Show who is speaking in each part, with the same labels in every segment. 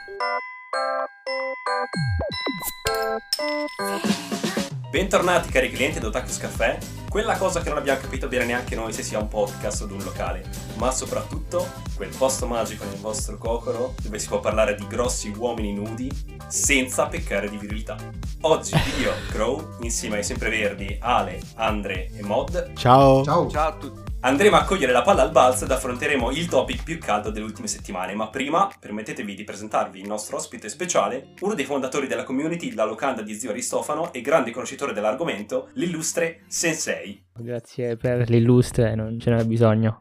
Speaker 1: Bentornati cari clienti ad Otakus Caffè. Quella cosa che non abbiamo capito bene neanche noi se sia un podcast o un locale, ma soprattutto quel posto magico nel vostro cocoro dove si può parlare di grossi uomini nudi senza peccare di virilità. Oggi io, Crow, insieme ai sempreverdi Ale, Andre e Mod.
Speaker 2: Ciao.
Speaker 3: Ciao.
Speaker 4: Ciao a tutti.
Speaker 1: Andremo a cogliere la palla al balzo ed affronteremo il topic più caldo delle ultime settimane, ma prima permettetevi di presentarvi il nostro ospite speciale, uno dei fondatori della community La Locanda di Zio Aristofano e grande conoscitore dell'argomento, l'illustre Sensei.
Speaker 2: Grazie per l'illustre, non ce n'era bisogno.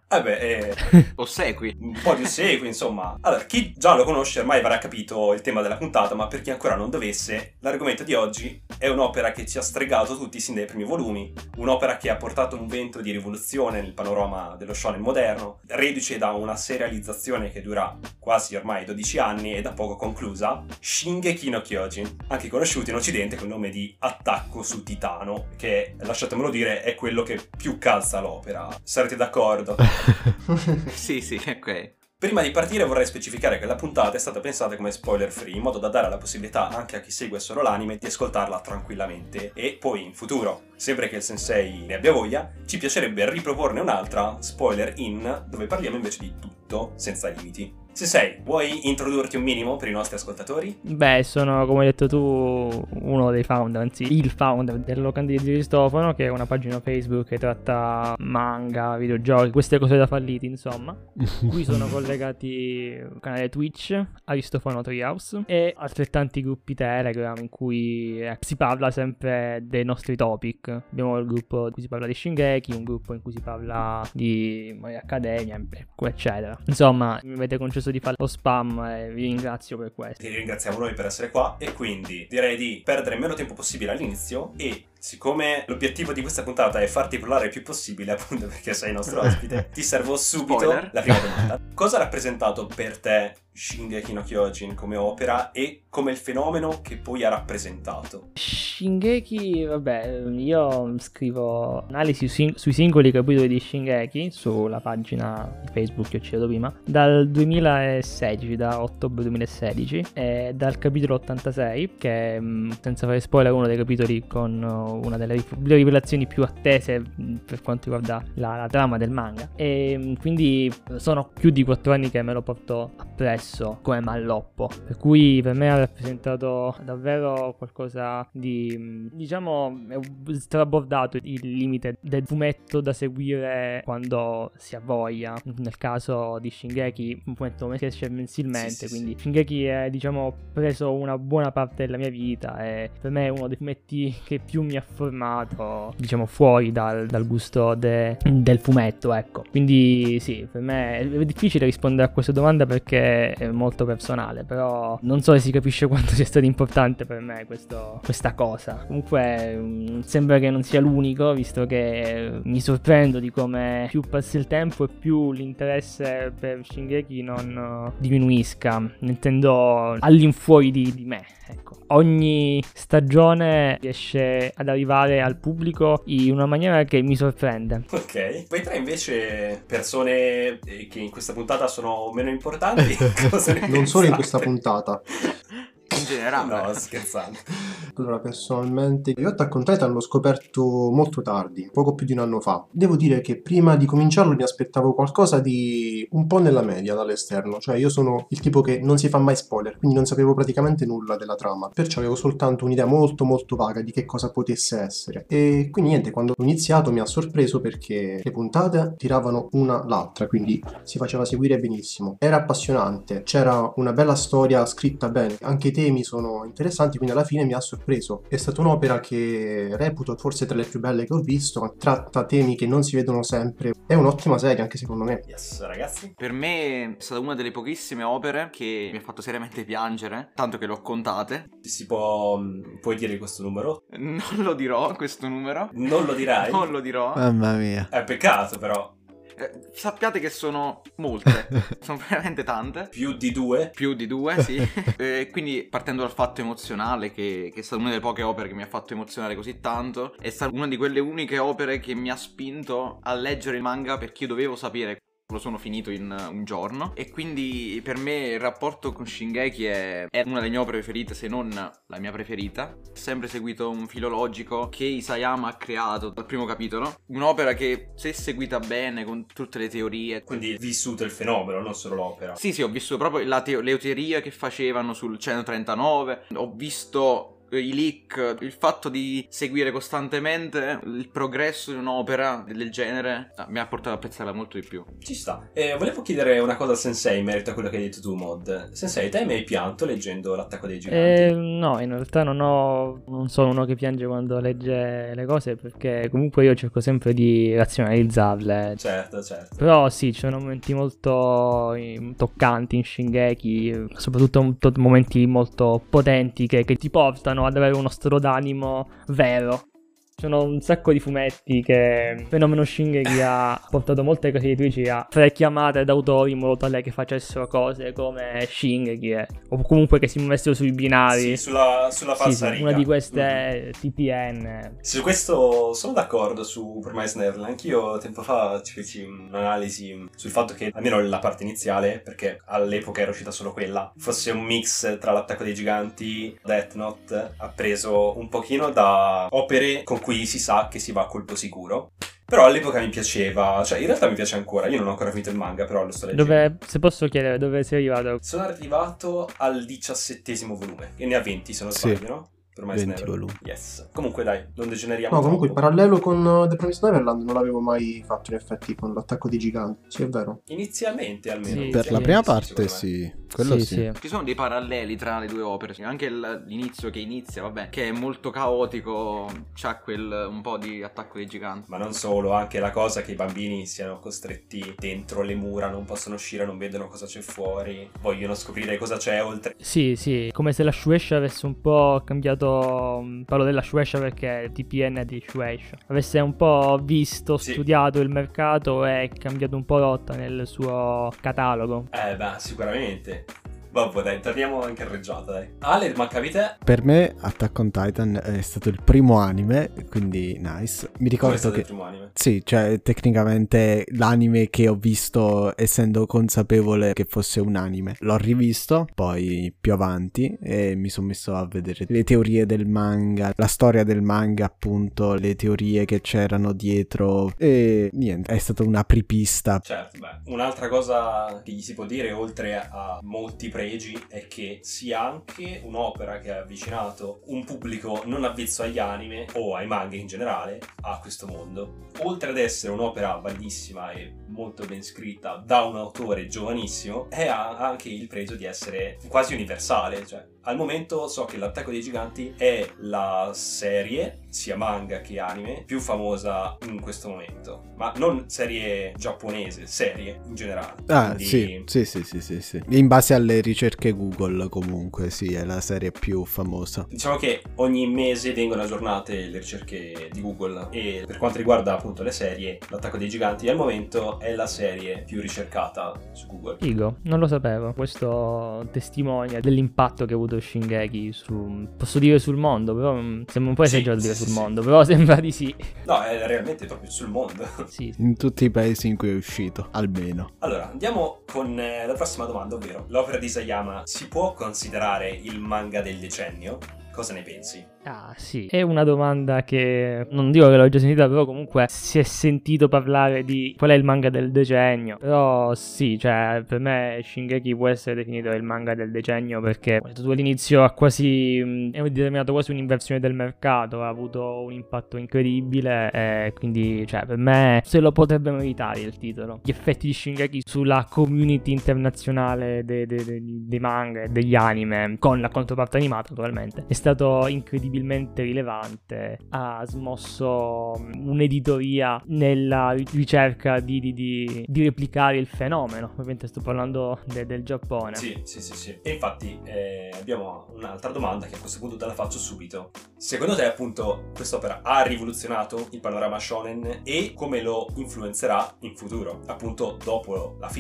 Speaker 4: Ossequi.
Speaker 1: Un po' di ossequi, insomma. Allora, chi già lo conosce ormai avrà capito il tema della puntata, ma per chi ancora non dovesse, l'argomento di oggi è un'opera che ci ha stregato tutti sin dai primi volumi, un'opera che ha portato un vento di rivoluzione nel panorama dello shonen moderno, reduce da una serializzazione che dura quasi ormai 12 anni e da poco conclusa, Shingeki no Kyojin, anche conosciuto in occidente col nome di Attacco su Titano, che, lasciatemelo dire, è quello che più calza l'opera. Sarete d'accordo?
Speaker 4: Sì, ok.
Speaker 1: Prima di partire vorrei specificare che la puntata è stata pensata come spoiler free, in modo da dare la possibilità anche a chi segue solo l'anime di ascoltarla tranquillamente. E poi in futuro, sempre che il sensei ne abbia voglia, ci piacerebbe riproporne un'altra, spoiler in, dove parliamo invece di tutto, senza limiti. Sensei, vuoi introdurti un minimo per i nostri ascoltatori?
Speaker 2: Beh, sono, come hai detto tu, uno dei founder, anzi il founder del Locanda di Zio Aristofano, che è una pagina Facebook che tratta manga, videogiochi, queste cose da falliti, insomma. Qui sono collegati un canale Twitch, Aristofano Treehouse, e altrettanti gruppi Telegram in cui si parla sempre dei nostri topic. Abbiamo il gruppo in cui si parla di Shingeki, un gruppo in cui si parla di My Academia, eccetera. Insomma, mi avete concesso di fare lo spam e vi ringrazio per questo.
Speaker 1: Ti ringraziamo noi per essere qua e quindi direi di perdere meno tempo possibile all'inizio e siccome l'obiettivo di questa puntata è farti parlare il più possibile, appunto perché sei il nostro ospite, ti servo subito
Speaker 4: Spoiler.
Speaker 1: la prima domanda. Cosa ha rappresentato per te Shingeki no Kyojin come opera e come il fenomeno che poi ha rappresentato?
Speaker 2: Shingeki, vabbè, io scrivo analisi sui singoli capitoli di Shingeki sulla pagina di Facebook che ho citato prima dal 2016, da ottobre 2016, e dal capitolo 86, che senza fare spoiler è uno dei capitoli con una delle rivelazioni più attese per quanto riguarda la trama del manga, e quindi sono più di 4 anni che me lo porto appresso come malloppo, per cui per me ha rappresentato davvero qualcosa di, diciamo, è strabordato il limite del fumetto da seguire quando si ha voglia. Nel caso di Shingeki, un fumetto che esce mensilmente, quindi Shingeki è, diciamo, preso una buona parte della mia vita e per me è uno dei fumetti che più mi ha formato, diciamo, fuori dal gusto del fumetto, ecco. Quindi sì, per me è difficile rispondere a questa domanda perché è molto personale, però non so se si capisce quanto sia stato importante per me questa cosa. Comunque sembra che non sia l'unico, visto che mi sorprendo di come più passi il tempo e più l'interesse per Shingeki non diminuisca, intendo all'infuori di me, ecco. Ogni stagione riesce ad arrivare al pubblico in una maniera che mi sorprende.
Speaker 1: Ok, voi tre invece persone che in questa puntata sono meno importanti, cosa ne
Speaker 3: Non solo in
Speaker 1: pensate?
Speaker 3: questa puntata.
Speaker 4: In generale.
Speaker 1: No, scherzando.
Speaker 3: Allora, personalmente, io Attack on Titan l'ho scoperto molto tardi, poco più di un anno fa. Devo dire che prima di cominciarlo mi aspettavo qualcosa di un po' nella media dall'esterno, cioè io sono il tipo che non si fa mai spoiler, quindi non sapevo praticamente nulla della trama, perciò avevo soltanto un'idea molto molto vaga di che cosa potesse essere. E quindi niente, quando ho iniziato mi ha sorpreso perché le puntate tiravano una l'altra, quindi si faceva seguire benissimo. Era appassionante, c'era una bella storia scritta bene, anche i temi sono interessanti, quindi alla fine mi ha sorpreso. È stata un'opera che reputo forse tra le più belle che ho visto, tratta temi che non si vedono sempre, è un'ottima serie anche secondo me.
Speaker 1: Yes, ragazzi.
Speaker 4: Per me è stata una delle pochissime opere che mi ha fatto seriamente piangere, tanto che l'ho contate.
Speaker 1: Puoi dire questo numero?
Speaker 4: Non lo dirò questo numero.
Speaker 1: Non lo dirai?
Speaker 4: Non lo dirò.
Speaker 2: Mamma mia.
Speaker 1: È peccato però.
Speaker 4: Sappiate che sono molte, sono veramente tante.
Speaker 1: Più di 2?
Speaker 4: Più di 2, sì. Quindi partendo dal fatto emozionale, che è stata una delle poche opere che mi ha fatto emozionare così tanto, è stata una di quelle uniche opere che mi ha spinto a leggere il manga perché io dovevo sapere lo sono finito in un giorno, e quindi per me il rapporto con Shingeki è una delle mie opere preferite, se non la mia preferita. Ho sempre seguito un filo logico che Isayama ha creato dal primo capitolo, un'opera che, se seguita bene con tutte le teorie...
Speaker 1: Quindi hai vissuto il fenomeno, non solo l'opera.
Speaker 4: Sì, ho visto proprio le teorie che facevano sul 139, ho visto i leak, il fatto di seguire costantemente il progresso di un'opera del genere mi ha portato a apprezzarla molto di più.
Speaker 1: Ci sta. Volevo chiedere una cosa al Sensei in merito a quello che hai detto tu, Mod. Sensei, te mi hai pianto leggendo L'attacco dei giganti?
Speaker 2: No, in realtà non sono uno che piange quando legge le cose, perché comunque io cerco sempre di razionalizzarle.
Speaker 1: Certo.
Speaker 2: Però sì, ci sono momenti molto toccanti in Shingeki, soprattutto momenti molto potenti che ti portano ad avere uno stato d'animo vero. Ci sono un sacco di fumetti che il fenomeno Shingeki ha portato molte case editrici a fare chiamate ad autori in modo tale che facessero cose come Shingeki, o comunque che si muovessero sui binari.
Speaker 1: Sì, sulla falsariga.
Speaker 2: Sì, una di queste è TPN.
Speaker 1: Su questo sono d'accordo su Promised Neverland. Anch'io tempo fa ci feci un'analisi sul fatto che almeno la parte iniziale, perché all'epoca era uscita solo quella, fosse un mix tra L'attacco dei giganti, Death Note, ha preso un pochino da opere con cui si sa che si va a colpo sicuro. Però all'epoca mi piaceva, cioè in realtà mi piace ancora, io non ho ancora finito il manga, però lo sto leggendo.
Speaker 2: Se posso chiedere, dove sei arrivato?
Speaker 1: Sono arrivato al 17° volume, e ne ha 20 se non sbaglio, no? Per
Speaker 5: 20 volumi.
Speaker 1: Yes. Comunque dai, non degeneriamo
Speaker 3: No, comunque il
Speaker 1: troppo.
Speaker 3: parallelo con The Promised Neverland non l'avevo mai fatto in effetti con L'attacco dei giganti. Sì, è vero.
Speaker 1: Inizialmente almeno.
Speaker 2: Sì,
Speaker 5: Per la prima parte
Speaker 1: secondo me.
Speaker 5: sì, quello sì.
Speaker 4: Ci sono dei paralleli tra le due opere, anche l'inizio che inizia, vabbè, che è molto caotico, c'ha quel un po' di Attacco dei giganti.
Speaker 1: Ma non solo, anche la cosa che i bambini siano costretti dentro le mura, non possono uscire, non vedono cosa c'è fuori, vogliono scoprire cosa c'è oltre.
Speaker 2: Sì, come se la Shueisha avesse un po' cambiato. Parlo della Shueisha perché TPN è di Shueisha. Avesse un po' visto,
Speaker 1: Sì.
Speaker 2: studiato il mercato e cambiato un po' rotta nel suo catalogo.
Speaker 1: Sicuramente. Vabbè, dai, torniamo anche a Reggiata, dai. Ale, mancavi te?
Speaker 5: Per me Attack on Titan è stato il primo anime, quindi nice. Mi
Speaker 1: Come è
Speaker 5: ricordo
Speaker 1: stato
Speaker 5: che...
Speaker 1: il primo anime?
Speaker 5: Sì, cioè tecnicamente l'anime che ho visto essendo consapevole che fosse un anime. L'ho rivisto poi più avanti e mi sono messo a vedere le teorie del manga, la storia del manga appunto, le teorie che c'erano dietro e niente, è stata una apripista.
Speaker 1: Certo, beh, un'altra cosa che gli si può dire, oltre a molti pregi, è che sia anche un'opera che ha avvicinato un pubblico non avvezzo agli anime o ai manga in generale a questo mondo. Oltre ad essere un'opera bellissima e molto ben scritta da un autore giovanissimo, ha anche il pregio di essere quasi universale, cioè al momento so che L'Attacco dei Giganti è la serie, sia manga che anime, più famosa in questo momento. Ma non serie giapponese, serie in generale.
Speaker 5: Ah,
Speaker 1: Quindi...
Speaker 5: sì. In base alle ricerche Google comunque, sì, è la serie più famosa.
Speaker 1: Diciamo che ogni mese vengono aggiornate le ricerche di Google e per quanto riguarda appunto le serie, L'Attacco dei Giganti al momento è la serie più ricercata su Google.
Speaker 2: Figo, non lo sapevo. Questo testimonia dell'impatto che ha avuto Shingeki posso dire sul mondo, però sembra un po' esagerato dire sul mondo, però sembra di sì.
Speaker 1: No, è realmente proprio sul mondo.
Speaker 2: Sì.
Speaker 5: In tutti i paesi in cui è uscito, almeno.
Speaker 1: Allora, andiamo con la prossima domanda, ovvero l'opera di Isayama si può considerare il manga del decennio? Cosa ne pensi?
Speaker 2: Ah, sì. È una domanda che non dico che l'ho già sentita, però comunque si è sentito parlare di qual è il manga del decennio. Però sì, cioè per me Shingeki può essere definito il manga del decennio perché, come hai detto tu all'inizio, ha quasi è determinato quasi un'inversione del mercato, ha avuto un impatto incredibile e quindi, cioè, per me se lo potrebbe meritare il titolo. Gli effetti di Shingeki sulla community internazionale dei manga e degli anime, con la controparte animata naturalmente, è stato incredibilmente rilevante. Ha smosso un'editoria nella ricerca di replicare il fenomeno. Ovviamente sto parlando del Giappone.
Speaker 1: Sì. E infatti abbiamo un'altra domanda che a questo punto te la faccio subito. Secondo te appunto quest'opera ha rivoluzionato il panorama shonen e come lo influenzerà in futuro, appunto dopo la fine?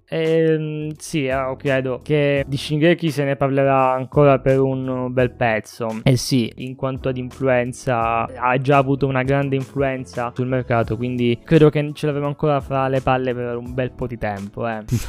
Speaker 2: Sì, io credo che di Shingeki se ne parlerà ancora per un bel pezzo. E sì, in quanto ad influenza, ha già avuto una grande influenza sul mercato, quindi credo che ce l'avremo ancora fra le palle per un bel po' di tempo,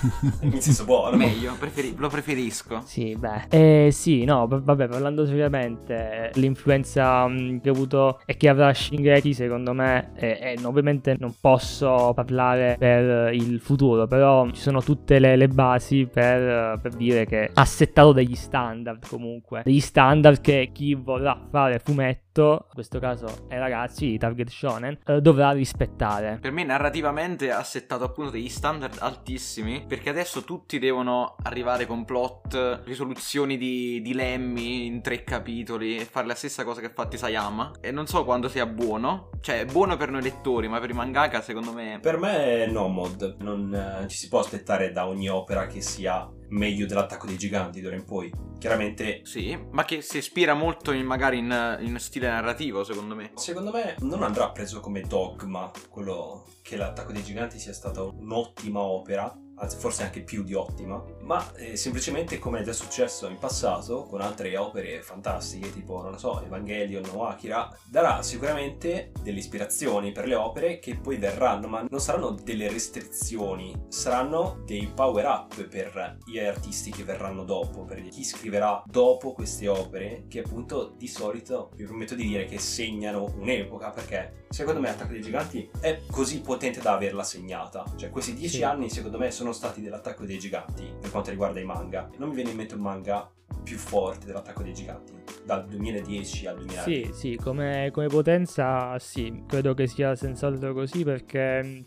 Speaker 1: In senso buono.
Speaker 4: Meglio, lo preferisco.
Speaker 2: Sì, beh. Sì, no, vabbè, parlando seriamente, l'influenza che ha avuto e che avrà Shingeki, secondo me, ovviamente non posso parlare per il futuro, però ci sono tutte le basi per dire che ha settato degli standard, comunque. Degli standard che chi vorrà fare fumetto, in questo caso ai ragazzi di Target Shonen, dovrà rispettare.
Speaker 4: Per me narrativamente ha settato appunto degli standard altissimi, perché adesso tutti devono arrivare con plot, risoluzioni di dilemmi in 3 capitoli e fare la stessa cosa che ha fatto Isayama, e non so quando sia buono, cioè è buono per noi lettori, ma per i mangaka secondo me...
Speaker 1: Per me no mod, non ci si può aspettare da ogni opera che sia meglio dell'Attacco dei Giganti d'ora in poi. Chiaramente
Speaker 4: sì, ma che si ispira molto magari in stile narrativo, secondo me.
Speaker 1: Secondo me non andrà preso come dogma quello che l'Attacco dei Giganti sia stata un'ottima opera, anzi forse anche più di ottima, ma semplicemente come è già successo in passato con altre opere fantastiche tipo, non lo so, Evangelion o Akira, darà sicuramente delle ispirazioni per le opere che poi verranno, ma non saranno delle restrizioni, saranno dei power up per gli artisti che verranno dopo, per chi scriverà dopo queste opere, che appunto di solito mi permetto di dire che segnano un'epoca, perché secondo me Attacco dei Giganti è così potente da averla segnata, cioè questi 10 anni secondo me sono stati dell'Attacco dei Giganti per quanto riguarda i manga. Non mi viene in mente un manga più forte dell'Attacco dei Giganti dal 2010 al 2020.
Speaker 2: Sì, come potenza sì, credo che sia senz'altro così, perché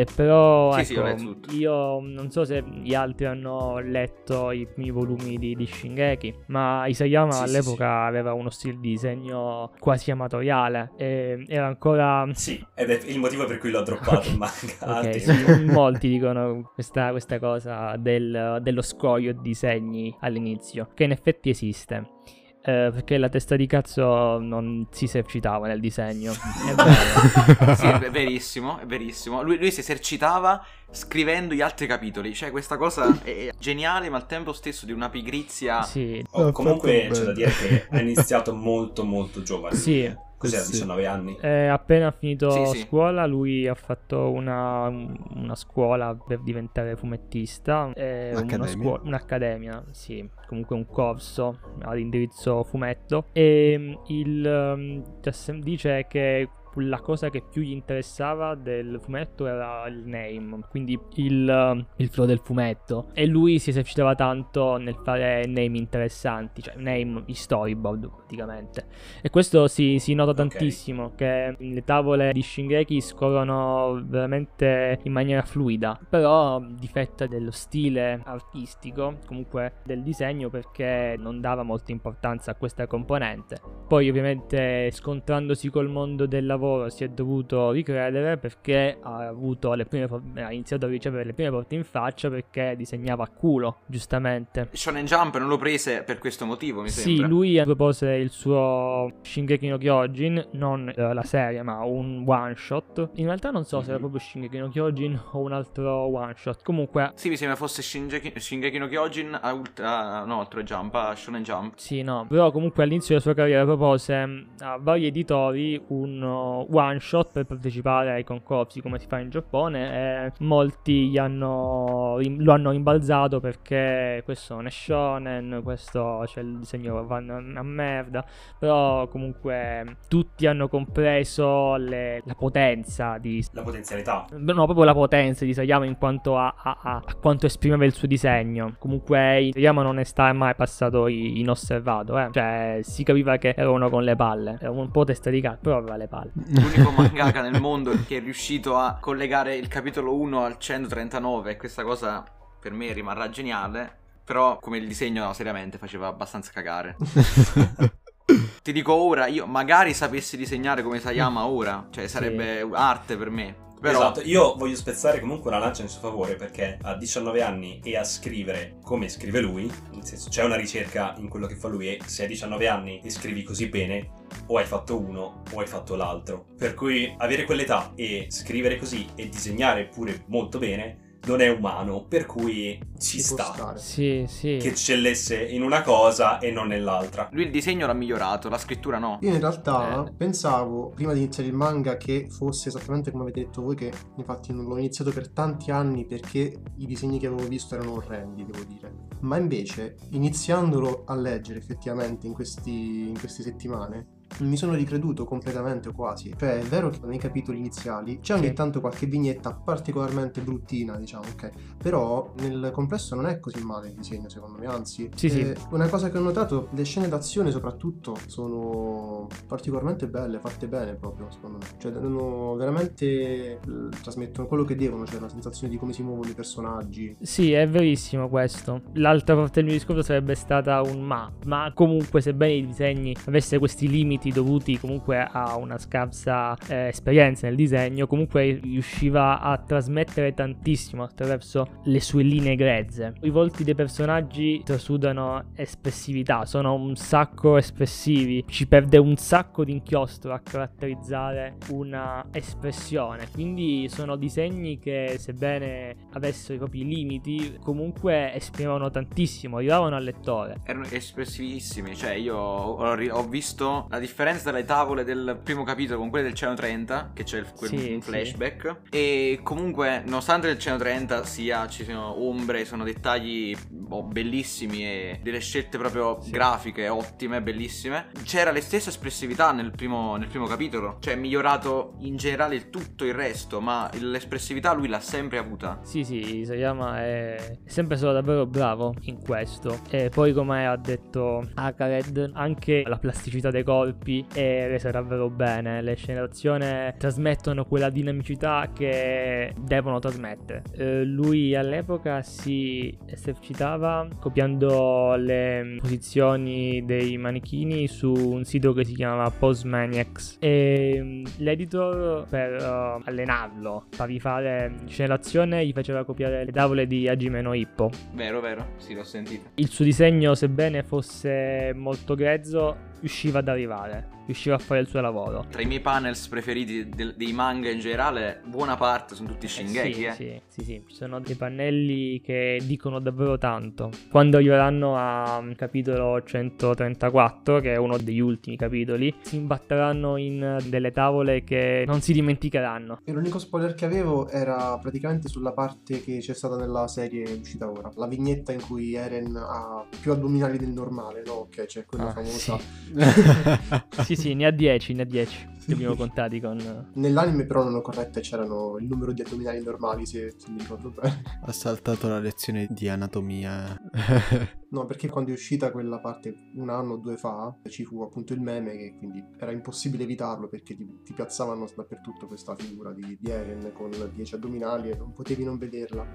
Speaker 2: però
Speaker 4: sì,
Speaker 2: ecco, io non so se gli altri hanno letto i primi volumi di Shingeki, ma Isayama all'epoca aveva uno stile di disegno quasi amatoriale, era ancora...
Speaker 1: Sì, ed è il motivo per cui l'ho droppato il manga.
Speaker 2: Ok, sì, molti dicono questa cosa dello scoglio di disegni all'inizio, che in effetti esiste. Perché la testa di cazzo non si esercitava nel disegno. È vero.
Speaker 4: Sì, è verissimo, è verissimo. Lui si esercitava scrivendo gli altri capitoli. Cioè questa cosa è geniale, ma al tempo stesso di una pigrizia.
Speaker 2: Sì.
Speaker 1: Comunque c'è da dire che ha iniziato molto molto giovane.
Speaker 2: Sì.
Speaker 1: Cos'era, 19 anni?
Speaker 2: Appena finito
Speaker 4: Sì.
Speaker 2: scuola, lui ha fatto una scuola per diventare fumettista. Un'accademia, sì. Comunque un corso ad indirizzo fumetto. E dice che la cosa che più gli interessava del fumetto era il name, quindi il flow del fumetto, e lui si esercitava tanto nel fare name interessanti, cioè name, i storyboard praticamente, e questo si nota tantissimo, che le tavole di Shingeki scorrono veramente in maniera fluida, però difetta dello stile artistico, comunque del disegno, perché non dava molta importanza a questa componente. Poi ovviamente scontrandosi col mondo del lavoro si è dovuto ricredere, perché ha iniziato a ricevere le prime porte in faccia perché disegnava a culo, giustamente.
Speaker 4: Shonen Jump non lo prese per questo motivo, mi sembra.
Speaker 2: Sì, lui propose il suo Shingeki no Kyojin, non la serie, ma un one shot. In realtà non so se era proprio Shingeki no Kyojin o un altro one shot. Comunque
Speaker 4: sì, mi sembra fosse Shingeki no Kyojin Ultra Jump, a Shonen Jump.
Speaker 2: Sì, no, però comunque all'inizio della sua carriera propose a vari editori un one shot per partecipare ai concorsi, come si fa in Giappone, e molti lo hanno rimbalzato perché questo non è shonen, questo c'è il disegno va a merda. Però comunque tutti hanno compreso la potenza
Speaker 1: la potenzialità,
Speaker 2: no, proprio la potenza di Isayama in quanto a quanto esprimeva il suo disegno. Comunque Isayama non è mai passato inosservato, cioè si capiva che era uno con le palle, era un po' testa di cazzo, però aveva le palle.
Speaker 4: L'unico mangaka nel mondo che è riuscito a collegare il capitolo 1 al 139, e questa cosa per me rimarrà geniale. Però come il disegno, no, seriamente faceva abbastanza cagare. Ti dico ora, io magari sapessi disegnare come Isayama ora, cioè sarebbe arte per me. Però...
Speaker 1: Esatto, io voglio spezzare comunque una lancia in suo favore, perché a 19 anni e a scrivere come scrive lui, nel senso c'è una ricerca in quello che fa lui, e se a 19 anni e scrivi così bene, o hai fatto uno o hai fatto l'altro. Per cui avere quell'età e scrivere così e disegnare pure molto bene non è umano, per cui ci
Speaker 3: Ci può
Speaker 1: sta
Speaker 3: stare.
Speaker 2: Sì, sì.
Speaker 1: che eccellesse in una cosa e non nell'altra.
Speaker 4: Lui il disegno l'ha migliorato, la scrittura no.
Speaker 3: Io in realtà pensavo, prima di iniziare il manga, che fosse esattamente come avete detto voi, che infatti non l'ho iniziato per tanti anni perché i disegni che avevo visto erano orrendi, devo dire. Ma invece, iniziandolo a leggere effettivamente in queste settimane, mi sono ricreduto completamente o quasi. Cioè, è vero che nei capitoli iniziali c'è ogni
Speaker 2: Sì.
Speaker 3: tanto qualche vignetta particolarmente bruttina, diciamo, ok? Però nel complesso non è così male il disegno, secondo me, anzi.
Speaker 2: Sì, sì.
Speaker 3: Una cosa che ho notato, le scene d'azione soprattutto sono particolarmente belle, fatte bene proprio, secondo me. Cioè, trasmettono quello che devono, cioè la sensazione di come si muovono i personaggi.
Speaker 2: Sì, è verissimo questo. L'altra parte del mio discorso sarebbe stata un ma comunque, sebbene i disegni avesse questi limiti dovuti comunque a una scarsa esperienza nel disegno, comunque riusciva a trasmettere tantissimo attraverso le sue linee grezze. I volti dei personaggi trasudano espressività, sono un sacco espressivi, ci perde un sacco di inchiostro a caratterizzare una espressione, quindi sono disegni che, sebbene avessero i propri limiti, comunque esprimevano tantissimo, arrivavano al lettore.
Speaker 4: Erano espressivissimi, cioè io ho visto la differenza tra le tavole del primo capitolo con quelle del Cielo 30, che c'è un flashback, e comunque nonostante nel Cielo 30 ci siano ombre, sono dettagli bellissimi e delle scelte proprio grafiche ottime, bellissime, c'era la stessa espressività nel primo capitolo, cioè è migliorato in generale tutto il resto, ma l'espressività lui l'ha sempre avuta.
Speaker 2: Sì, Isayama è sempre stato davvero bravo in questo. E poi, come ha detto Akared, anche la plasticità dei corpi è resa davvero bene. Le scene d'azione trasmettono quella dinamicità che devono trasmettere. Lui all'epoca si esercitava copiando le posizioni dei manichini su un sito che si chiamava Postmaniacs, e l'editor, per allenarlo, fargli fare scene d'azione, gli faceva copiare le tavole di Hajime no Ippo.
Speaker 4: Vero, sì, l'ho sentito.
Speaker 2: Il suo disegno, sebbene fosse molto grezzo, riusciva ad arrivare, riusciva a fare il suo lavoro.
Speaker 4: Tra i miei panels preferiti dei manga in generale, buona parte sono tutti Shingeki,
Speaker 2: Sì, ci sono dei pannelli che dicono davvero tanto. Quando arriveranno a capitolo 134, che è uno degli ultimi capitoli, si imbatteranno in delle tavole che non si dimenticheranno.
Speaker 3: E l'unico spoiler che avevo era praticamente sulla parte che c'è stata nella serie uscita ora, la vignetta in cui Eren ha più addominali del normale, no? Ok, c'è quella famosa.
Speaker 2: Sì, ne ha 10 che abbiamo contati con...
Speaker 3: Nell'anime però non ho corrette, c'erano il numero di addominali normali, se mi ricordo bene.
Speaker 5: Ha saltato la lezione di anatomia.
Speaker 3: No, perché quando è uscita quella parte un anno o due fa, ci fu appunto il meme che quindi era impossibile evitarlo perché ti piazzavano dappertutto questa figura di Eren con 10 addominali e non potevi non vederla.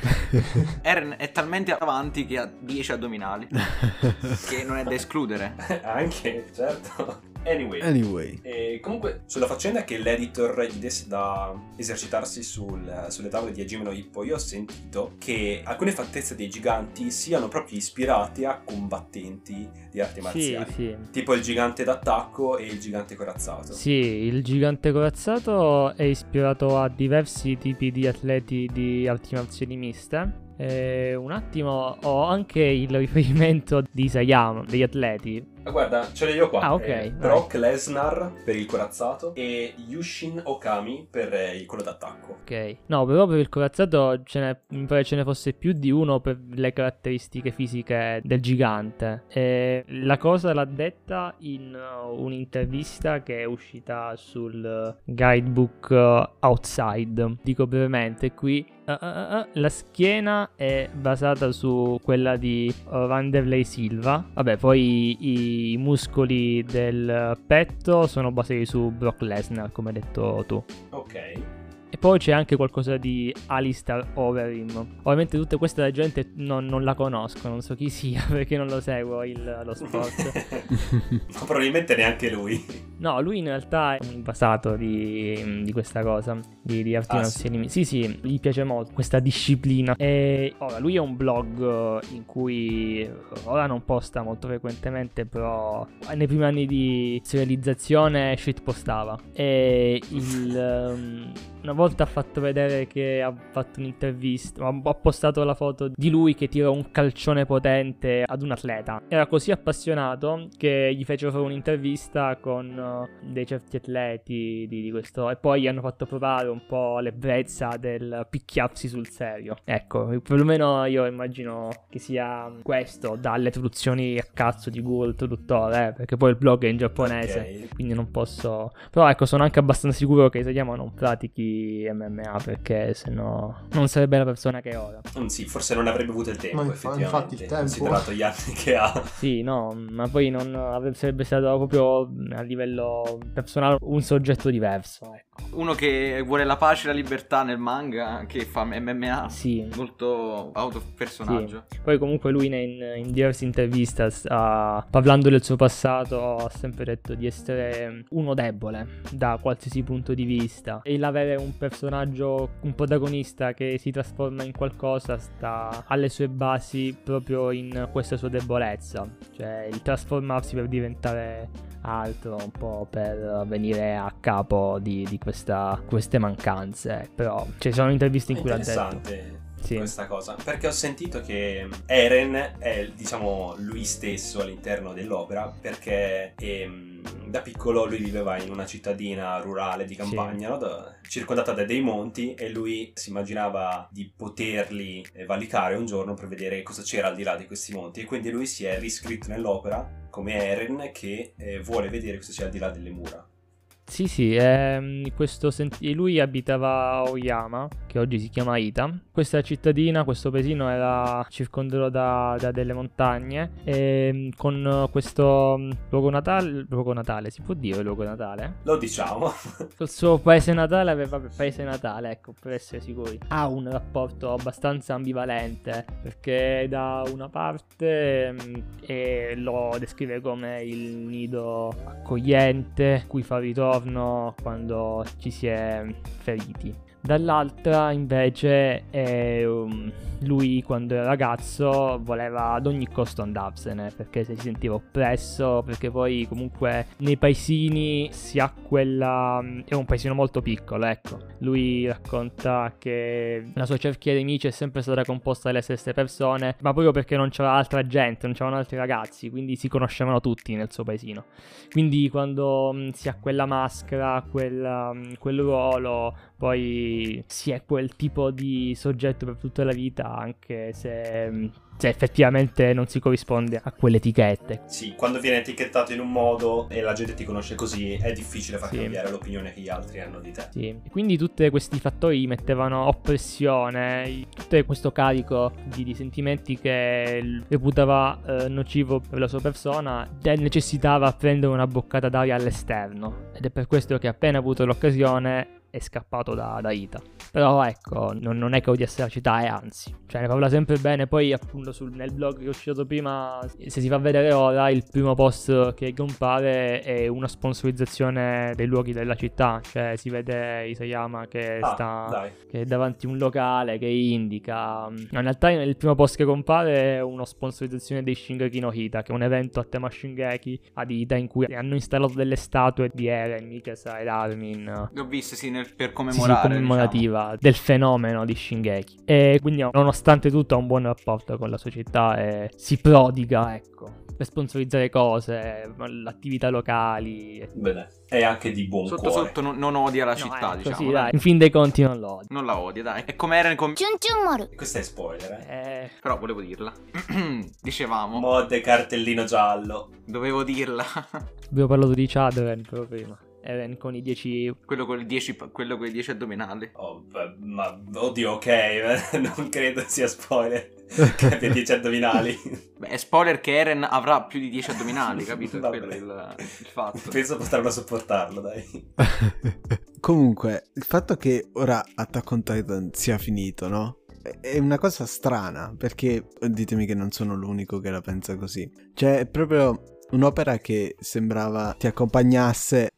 Speaker 4: Eren è talmente avanti che ha 10 addominali, che non è da escludere.
Speaker 1: Anche, certo.
Speaker 5: Anyway.
Speaker 1: E comunque, sulla faccenda che l'editor gli desse da esercitarsi sulle tavole di Hajime no Ippo, io ho sentito che alcune fattezze dei giganti siano proprio ispirate a combattenti di arti marziali.
Speaker 2: Sì.
Speaker 1: Tipo il gigante d'attacco e il gigante corazzato.
Speaker 2: Sì, il gigante corazzato è ispirato a diversi tipi di atleti di arti marziali miste. Un attimo, ho anche il riferimento di Isayama, degli atleti.
Speaker 1: Ma guarda, ce l'ho io qua.
Speaker 2: Ok,
Speaker 1: Brock Lesnar per il corazzato e Yushin Okami per quello d'attacco.
Speaker 2: Ok. No, però per il corazzato mi pare ce ne fosse più di uno per le caratteristiche fisiche del gigante. E la cosa l'ha detta in un'intervista che è uscita sul guidebook Outside. Dico brevemente qui. La schiena è basata su quella di Vanderlei Silva. Vabbè, poi i muscoli del petto sono basati su Brock Lesnar, come hai detto tu.
Speaker 1: Ok.
Speaker 2: E poi c'è anche qualcosa di Alistair Overeem. Ovviamente tutta questa gente non la conosco, non so chi sia perché non lo seguo lo sport.
Speaker 1: Ma probabilmente neanche lui.
Speaker 2: No, lui in realtà è un invasato di questa cosa, di arti marziali. Sì, gli piace molto questa disciplina. E ora lui ha un blog in cui ora non posta molto frequentemente, però nei primi anni di serializzazione shitpostava. E una volta volta ha fatto vedere che ha fatto un'intervista, ha postato la foto di lui che tira un calcione potente ad un atleta. Era così appassionato che gli fecero fare un'intervista con dei certi atleti di questo, e poi gli hanno fatto provare un po' l'ebbrezza del picchiarsi sul serio. Ecco, perlomeno io immagino che sia questo dalle traduzioni a cazzo di Google Traduttore, perché poi il blog è in giapponese,
Speaker 1: Ok.
Speaker 2: quindi non posso. Però ecco, sono anche abbastanza sicuro che Isayama non pratichi MMA, perché sennò non sarebbe la persona che è ora.
Speaker 1: Sì, forse non avrebbe avuto il tempo,
Speaker 3: Ma
Speaker 1: effettivamente,
Speaker 3: infatti il tempo.
Speaker 1: considerato gli anni che ha.
Speaker 2: Sì, no, ma poi non sarebbe stato proprio a livello personale un soggetto diverso, ecco.
Speaker 4: Uno che vuole la pace e la libertà nel manga, che fa MMA.
Speaker 2: Sì.
Speaker 4: Molto autopersonaggio.
Speaker 2: Sì. Poi comunque lui in diverse interviste, parlando del suo passato, ha sempre detto di essere uno debole da qualsiasi punto di vista, e l'avere un personaggio, un protagonista che si trasforma in qualcosa sta alle sue basi proprio in questa sua debolezza, cioè il trasformarsi per diventare altro, un po' per venire a capo di queste mancanze. Però ci sono interviste in cui l'ha detto.
Speaker 1: Interessante.
Speaker 2: Sì.
Speaker 1: Questa cosa, perché ho sentito che Eren è, diciamo, lui stesso all'interno dell'opera, perché da piccolo lui viveva in una cittadina rurale di campagna, no? Circondata da dei monti, e lui si immaginava di poterli valicare un giorno per vedere cosa c'era al di là di questi monti, e quindi lui si è riscritto nell'opera come Eren che vuole vedere cosa c'è al di là delle mura.
Speaker 2: Sì, lui abitava a Oyama, che oggi si chiama Ita. Questa cittadina, questo paesino era circondato da delle montagne, e con questo luogo natale, si può dire luogo natale?
Speaker 1: Lo diciamo.
Speaker 2: Col suo paese natale paese natale, ecco, per essere sicuri. Ha un rapporto abbastanza ambivalente, perché da una parte lo descrive come il nido accogliente, cui fa ritorno quando ci si è feriti. Dall'altra invece lui quando era ragazzo voleva ad ogni costo andarsene, perché si sentiva oppresso, perché poi comunque nei paesini si ha quella... è un paesino molto piccolo, ecco. Lui racconta che la sua cerchia di amici è sempre stata composta dalle stesse persone, ma proprio perché non c'era altra gente, non c'erano altri ragazzi, quindi si conoscevano tutti nel suo paesino. Quindi quando si ha quella maschera, quel ruolo, poi si è quel tipo di soggetto per tutta la vita, anche se effettivamente non si corrisponde a quelle etichette.
Speaker 1: Sì, quando viene etichettato in un modo e la gente ti conosce così, è difficile far cambiare l'opinione che gli altri hanno di te.
Speaker 2: Sì, quindi tutti questi fattori mettevano oppressione, tutto questo carico di sentimenti che reputava nocivo per la sua persona, e necessitava prendere una boccata d'aria all'esterno, ed è per questo che appena avuto l'occasione è scappato da Ita. Però ecco, non è che odiasse la città, e anzi, cioè ne parla sempre bene. Poi appunto nel blog che ho citato prima, se si va a vedere ora, il primo post che compare è una sponsorizzazione dei luoghi della città, cioè si vede Isayama che che è davanti a un locale che indica. In realtà il primo post che compare è una sponsorizzazione dei Shingeki no Hita, che è un evento a tema Shingeki ad Ita in cui hanno installato delle statue di Eren, Mikasa ed Armin.
Speaker 4: L'ho viste, sì, per commemorare,
Speaker 2: commemorativa, diciamo, del fenomeno di Shingeki. E quindi nonostante tutto ha un buon rapporto con la società e si prodiga, ecco, per sponsorizzare cose, l'attività locali.
Speaker 1: Bene, è anche di buon cuore.
Speaker 4: Sotto non odia la città,
Speaker 2: ecco,
Speaker 4: diciamo.
Speaker 2: Sì, dai, in fin dei conti non lo odia.
Speaker 4: Non la odia, dai. È come era con...
Speaker 1: Questo è spoiler,
Speaker 4: Però volevo dirla. Dicevamo.
Speaker 1: Mod cartellino giallo.
Speaker 4: Dovevo dirla.
Speaker 2: Abbiamo parlato di Chadren però prima. Eren con i 10...
Speaker 4: Quello con i 10 addominali.
Speaker 1: Oh, ma oddio, ok, non credo sia spoiler che abbia 10 addominali.
Speaker 4: Beh, è spoiler che Eren avrà più di 10 addominali, capito?
Speaker 1: Vabbè.
Speaker 4: Quello è il fatto.
Speaker 1: Penso potranno sopportarlo, dai.
Speaker 5: Comunque, il fatto che ora Attack on Titan sia finito, no? È una cosa strana, perché ditemi che non sono l'unico che la pensa così. Cioè, è proprio un'opera che sembrava ti accompagnasse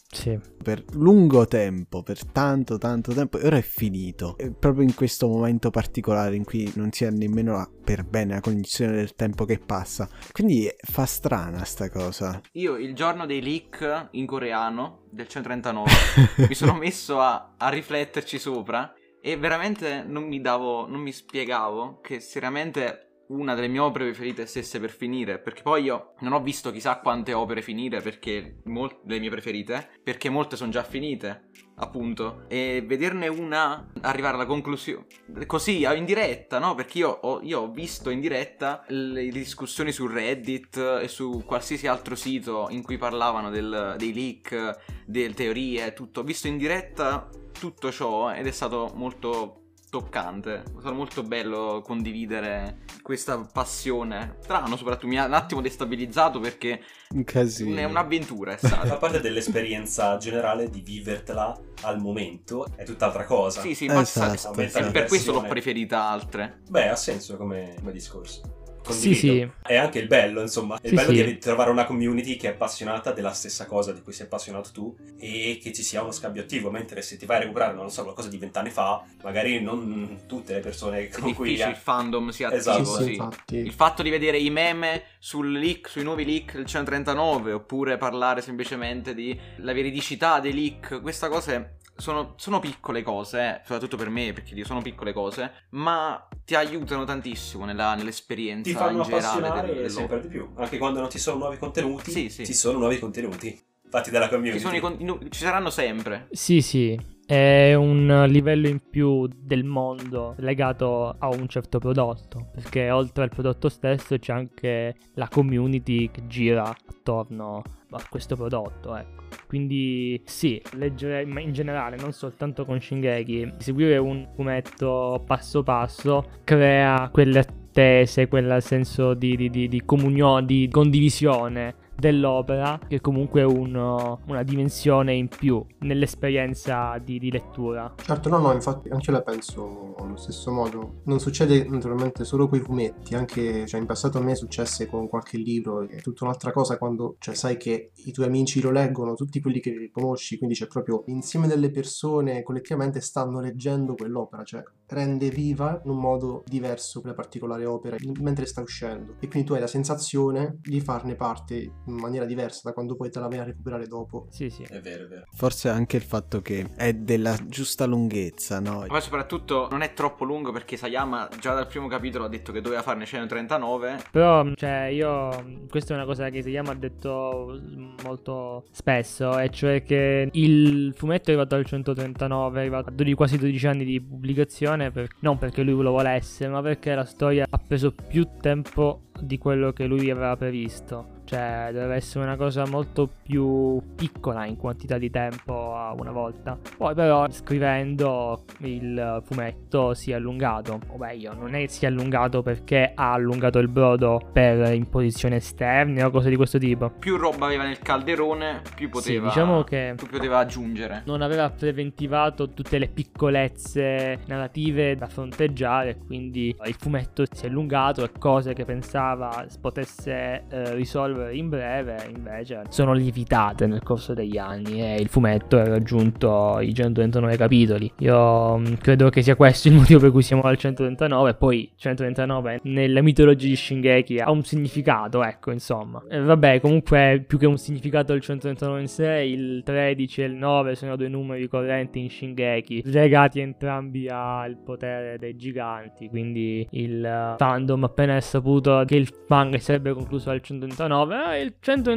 Speaker 2: Sì.
Speaker 5: Per lungo tempo, per tanto tempo, e ora è finito. E proprio in questo momento particolare in cui non si ha nemmeno per bene la cognizione del tempo che passa. Quindi fa strana sta cosa.
Speaker 4: Io il giorno dei leak in coreano del 139 mi sono messo a rifletterci sopra e veramente non mi spiegavo che seriamente una delle mie opere preferite stesse per finire, perché poi io non ho visto chissà quante opere finire, perché le mie preferite, perché molte sono già finite, appunto, e vederne una arrivare alla conclusione così in diretta, no? Perché io ho visto in diretta le discussioni su Reddit e su qualsiasi altro sito in cui parlavano dei leak, delle teorie, tutto. Ho visto in diretta tutto ciò ed è stato molto toccante, è stato molto bello condividere questa passione. Strano, soprattutto mi ha un attimo destabilizzato perché
Speaker 5: Un casino.
Speaker 4: è un'avventura, è
Speaker 1: Fa
Speaker 4: stata.
Speaker 1: parte dell'esperienza generale di vivertela al momento, è tutt'altra cosa.
Speaker 4: Sì, ma
Speaker 5: Esatto,
Speaker 1: Aumenta
Speaker 4: e
Speaker 1: la
Speaker 4: per questo l'ho
Speaker 1: pressione.
Speaker 4: preferita altre.
Speaker 1: Beh, ha senso come discorso.
Speaker 2: Sì,
Speaker 1: Condivido.
Speaker 2: sì.
Speaker 1: È anche il bello, insomma. È il
Speaker 2: Sì,
Speaker 1: bello
Speaker 2: sì.
Speaker 1: di trovare una community che è appassionata della stessa cosa di cui sei appassionato tu e che ci sia uno scambio attivo. Mentre se ti vai a recuperare, non lo so, qualcosa di 20 anni fa, magari non tutte le persone
Speaker 4: È
Speaker 1: con cui...
Speaker 4: difficile il fandom sia attivo,
Speaker 1: Esatto.
Speaker 4: sì.
Speaker 3: Infatti.
Speaker 4: Il fatto di vedere i meme sul leak, sui nuovi leak del 139, oppure parlare semplicemente di la veridicità dei leak, questa cosa sono piccole cose, soprattutto per me, perché io sono piccole cose, ma ti aiutano tantissimo nell'esperienza
Speaker 1: ti fanno
Speaker 4: in generale
Speaker 1: appassionare sempre di più. Anche quando non ci sono nuovi contenuti,
Speaker 4: Sì, sì.
Speaker 1: ci sono nuovi contenuti fatti dalla community.
Speaker 4: Ci saranno sempre.
Speaker 2: Sì, sì, è un livello in più del mondo legato a un certo prodotto, perché oltre al prodotto stesso c'è anche la community che gira attorno a questo prodotto, ecco. Quindi sì, leggere in generale, non soltanto con Shingeki, seguire un fumetto passo passo crea quelle attese, quel senso di comunione, di condivisione dell'opera, che comunque è una dimensione in più nell'esperienza di lettura.
Speaker 3: Certo, no, infatti anche io la penso allo stesso modo. Non succede naturalmente solo coi fumetti, anche in passato a me successe con qualche libro, è tutta un'altra cosa quando sai che i tuoi amici lo leggono, tutti quelli che conosci, quindi c'è proprio l'insieme delle persone collettivamente stanno leggendo quell'opera, rende viva in un modo diverso quella particolare opera mentre sta uscendo, e quindi tu hai la sensazione di farne parte in maniera diversa da quando poi te la vai a recuperare dopo.
Speaker 2: Sì, sì.
Speaker 1: È vero, è vero.
Speaker 5: Forse anche il fatto che è della giusta lunghezza, no?
Speaker 4: Ma soprattutto non è troppo lungo, perché Sayama già dal primo capitolo ha detto che doveva farne 139.
Speaker 2: Però, questa è una cosa che Sayama ha detto molto spesso, e cioè che il fumetto è arrivato al 139, è arrivato a quasi 12 anni di pubblicazione, non perché lui lo volesse, ma perché la storia ha preso più tempo di quello che lui aveva previsto. Cioè, deve essere una cosa molto più piccola in quantità di tempo a una volta. Poi però, scrivendo il fumetto, si è allungato. O meglio, non è si è allungato perché ha allungato il brodo per imposizioni esterne o cose di questo tipo.
Speaker 4: Più roba aveva nel calderone, più poteva,
Speaker 2: Sì, diciamo che
Speaker 4: più poteva aggiungere.
Speaker 2: non aveva preventivato tutte le piccolezze narrative da fronteggiare, quindi il fumetto si è allungato e cose che pensava potesse risolvere in breve invece sono lievitate nel corso degli anni, e il fumetto ha raggiunto i 139 capitoli. Io credo che sia questo il motivo per cui siamo al 139. Poi 139 nella mitologia di Shingeki ha un significato, ecco, insomma. Vabbè, comunque più che un significato il 139 in sé, il 13 e il 9 sono due numeri correnti in Shingeki, legati entrambi al potere dei giganti, quindi il fandom appena è saputo che il manga sarebbe concluso al 139, il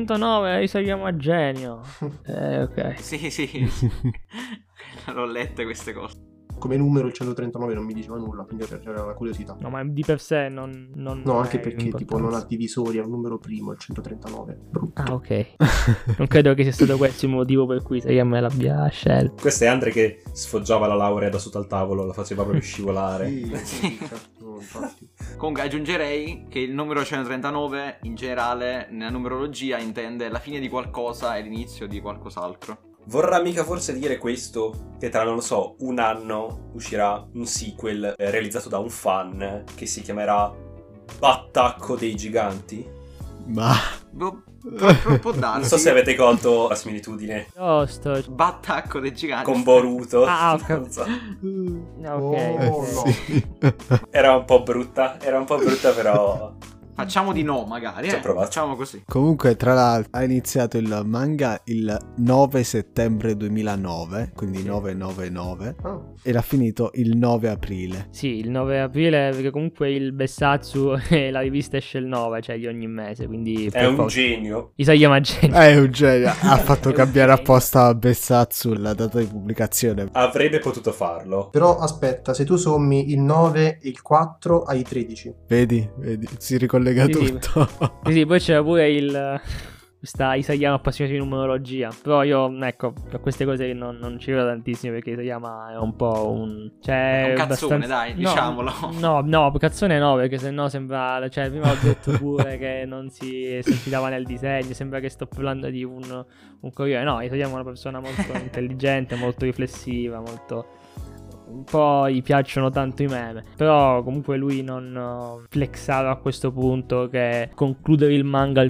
Speaker 2: 129 Isayama genio. Ok.
Speaker 4: Sì. L'ho lette queste cose.
Speaker 3: Come numero il 139 non mi diceva nulla, quindi era una curiosità.
Speaker 2: No, ma di per sé non
Speaker 3: No, anche
Speaker 2: è
Speaker 3: perché tipo non ha
Speaker 2: importanza.
Speaker 3: divisori, è un numero primo, il 139. Brutto.
Speaker 2: Ah, ok. Non credo che sia stato questo il motivo per cui Isayama l'abbia scelto.
Speaker 1: Questo è Andre che sfoggiava la laurea da sotto al tavolo, la faceva proprio scivolare.
Speaker 3: Sì, certo, infatti.
Speaker 4: Comunque aggiungerei che il numero 139 in generale nella numerologia intende la fine di qualcosa e l'inizio di qualcos'altro.
Speaker 1: Vorrà mica forse dire questo che tra, non lo so, un anno uscirà un sequel realizzato da un fan che si chiamerà Battacco dei Giganti?
Speaker 5: Ma
Speaker 4: Può darsi.
Speaker 1: Non so se avete colto la similitudine
Speaker 2: Io sto...
Speaker 4: Battacco dei giganti.
Speaker 1: con Boruto.
Speaker 2: Ah, ok.
Speaker 1: Non so.
Speaker 2: Ok.
Speaker 3: Oh,
Speaker 5: Sì.
Speaker 1: Era un po' brutta, però
Speaker 4: Facciamo di no, magari.
Speaker 1: Ci ho provato.
Speaker 4: Facciamo così.
Speaker 5: Comunque, tra l'altro, ha iniziato il manga il 9 settembre 2009, quindi 999,
Speaker 3: Ah.
Speaker 5: e l'ha finito il 9 aprile.
Speaker 2: Sì, il 9 aprile, perché comunque il Bessatsu e la rivista esce il 9, cioè di ogni mese, quindi...
Speaker 1: è un genio.
Speaker 2: Isayama genio.
Speaker 5: È un genio, ha fatto
Speaker 2: È un
Speaker 5: cambiare
Speaker 2: genio.
Speaker 5: apposta a Bessatsu la data di pubblicazione.
Speaker 1: Avrebbe potuto farlo.
Speaker 3: Però aspetta, se tu sommi il 9 e il 4 hai 13.
Speaker 5: Vedi, si ricollega
Speaker 2: Sì, sì.
Speaker 5: tutto.
Speaker 2: Sì, poi c'era pure questa Isayama appassionato di numerologia. Però io, ecco, per queste cose non ci vedo tantissimo, perché Isayama è un po' un... Cioè,
Speaker 4: Un cazzone, dai,
Speaker 2: no,
Speaker 4: diciamolo.
Speaker 2: No, cazzone no, perché sennò sembra... Cioè, prima ho detto pure che non si esercitava nel disegno, sembra che sto parlando di un corriere. No, Isayama è una persona molto intelligente, molto riflessiva, molto... Un po' gli piacciono tanto i meme, però comunque lui non flexava a questo punto che concludere il manga al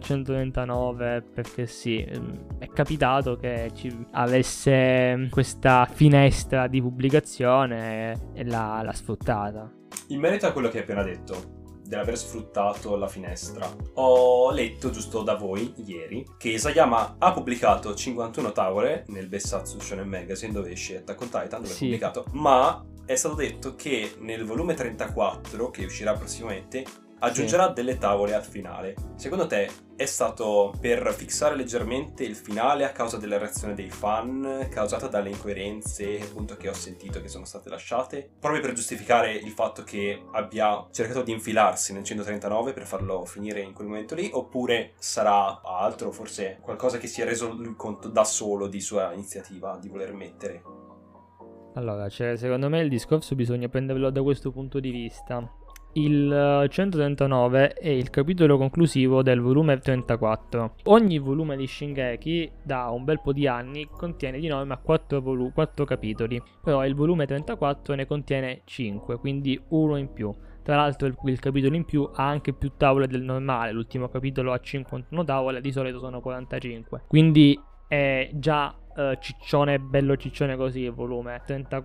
Speaker 2: 139 perché sì, è capitato che ci avesse questa finestra di pubblicazione e l'ha sfruttata.
Speaker 1: In merito a quello che hai appena detto, dell'aver sfruttato la finestra, ho letto giusto da voi ieri che Isayama ha pubblicato 51 tavole nel Bessatsu Shonen Magazine, dove esce Attack on Titan, dove è
Speaker 2: Sì.
Speaker 1: pubblicato, ma è stato detto che nel volume 34, che uscirà prossimamente, aggiungerà delle tavole al finale. Secondo te è stato per fissare leggermente il finale a causa della reazione dei fan, causata dalle incoerenze appunto che ho sentito che sono state lasciate, proprio per giustificare il fatto che abbia cercato di infilarsi nel 139 per farlo finire in quel momento lì, oppure sarà altro, forse qualcosa che si è reso lui conto da solo di sua iniziativa di voler mettere?
Speaker 2: Allora, cioè, secondo me il discorso bisogna prenderlo da questo punto di vista. Il 139 è il capitolo conclusivo del volume 34. Ogni volume di Shingeki da un bel po' di anni contiene di norma 4 capitoli, però il volume 34 ne contiene 5, quindi uno in più. Tra l'altro il capitolo in più ha anche più tavole del normale, l'ultimo capitolo ha 51 tavole, di solito sono 45. Quindi è già ciccione, bello ciccione così il volume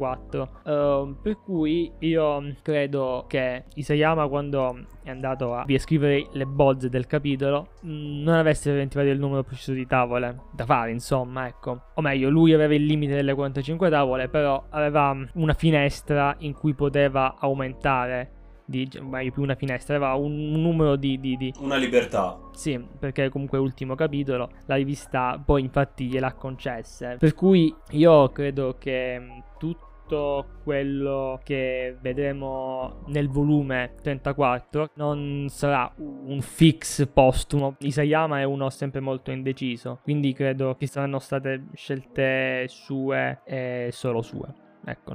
Speaker 2: 34, per cui io credo che Isayama, quando è andato a riscrivere le bozze del capitolo, non avesse inventato il numero preciso di tavole da fare, insomma, ecco. O meglio, lui aveva il limite delle 45 tavole, però aveva una finestra in cui poteva aumentare meglio più una finestra, aveva un numero di
Speaker 1: Una libertà.
Speaker 2: sì, perché comunque ultimo capitolo la rivista poi infatti gliel'ha concesse, per cui io credo che tutto quello che vedremo nel volume 34 non sarà un fix postumo. Isayama è uno sempre molto indeciso, quindi credo che saranno state scelte sue e solo sue, ecco,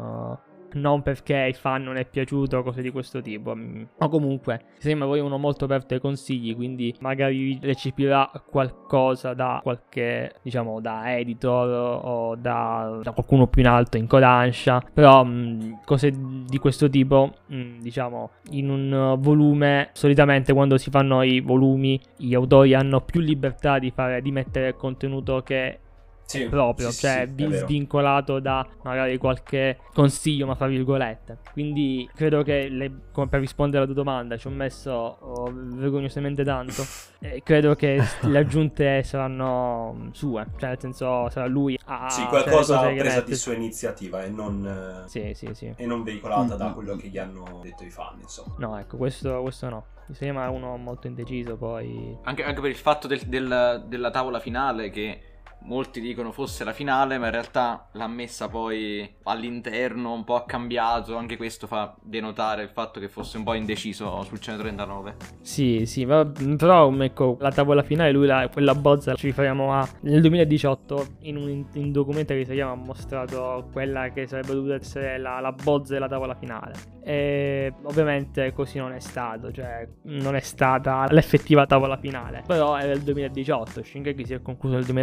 Speaker 2: non perché ai fan non è piaciuto o cose di questo tipo. O comunque sembra poi uno molto aperto ai consigli, quindi magari recepirà qualcosa da qualche, diciamo, da editor o da qualcuno più in alto in Kodansha. Però cose di questo tipo, diciamo, in un volume, solitamente quando si fanno i volumi gli autori hanno più libertà di mettere il contenuto che
Speaker 1: Sì,
Speaker 2: proprio,
Speaker 1: sì,
Speaker 2: cioè
Speaker 1: sì, è vero.
Speaker 2: svincolato da magari qualche consiglio, ma fra virgolette. Quindi credo che come per rispondere alla tua domanda ci ho messo vergognosamente tanto. Credo che le aggiunte saranno sue, cioè nel senso sarà lui a
Speaker 1: Sì,
Speaker 2: cioè,
Speaker 1: qualcosa
Speaker 2: le cose che
Speaker 1: presa
Speaker 2: mette.
Speaker 1: di sua iniziativa e non
Speaker 2: Sì.
Speaker 1: e non veicolata da quello che gli hanno detto i fan, insomma.
Speaker 2: No, ecco, questo no. Mi sembra uno molto indeciso, poi...
Speaker 4: Anche per il fatto della tavola finale, che molti dicono fosse la finale, ma in realtà l'ha messa poi all'interno, un po' ha cambiato. Anche questo fa denotare il fatto che fosse un po' indeciso sul 139.
Speaker 2: Sì, però ecco, la tavola finale lui quella bozza ci riferiamo nel 2018 in un documento che si ha mostrato quella che sarebbe dovuta essere la bozza della tavola finale. E ovviamente così non è stato, cioè non è stata l'effettiva tavola finale. Però era il 2018, Shingeki si è concluso nel 2021,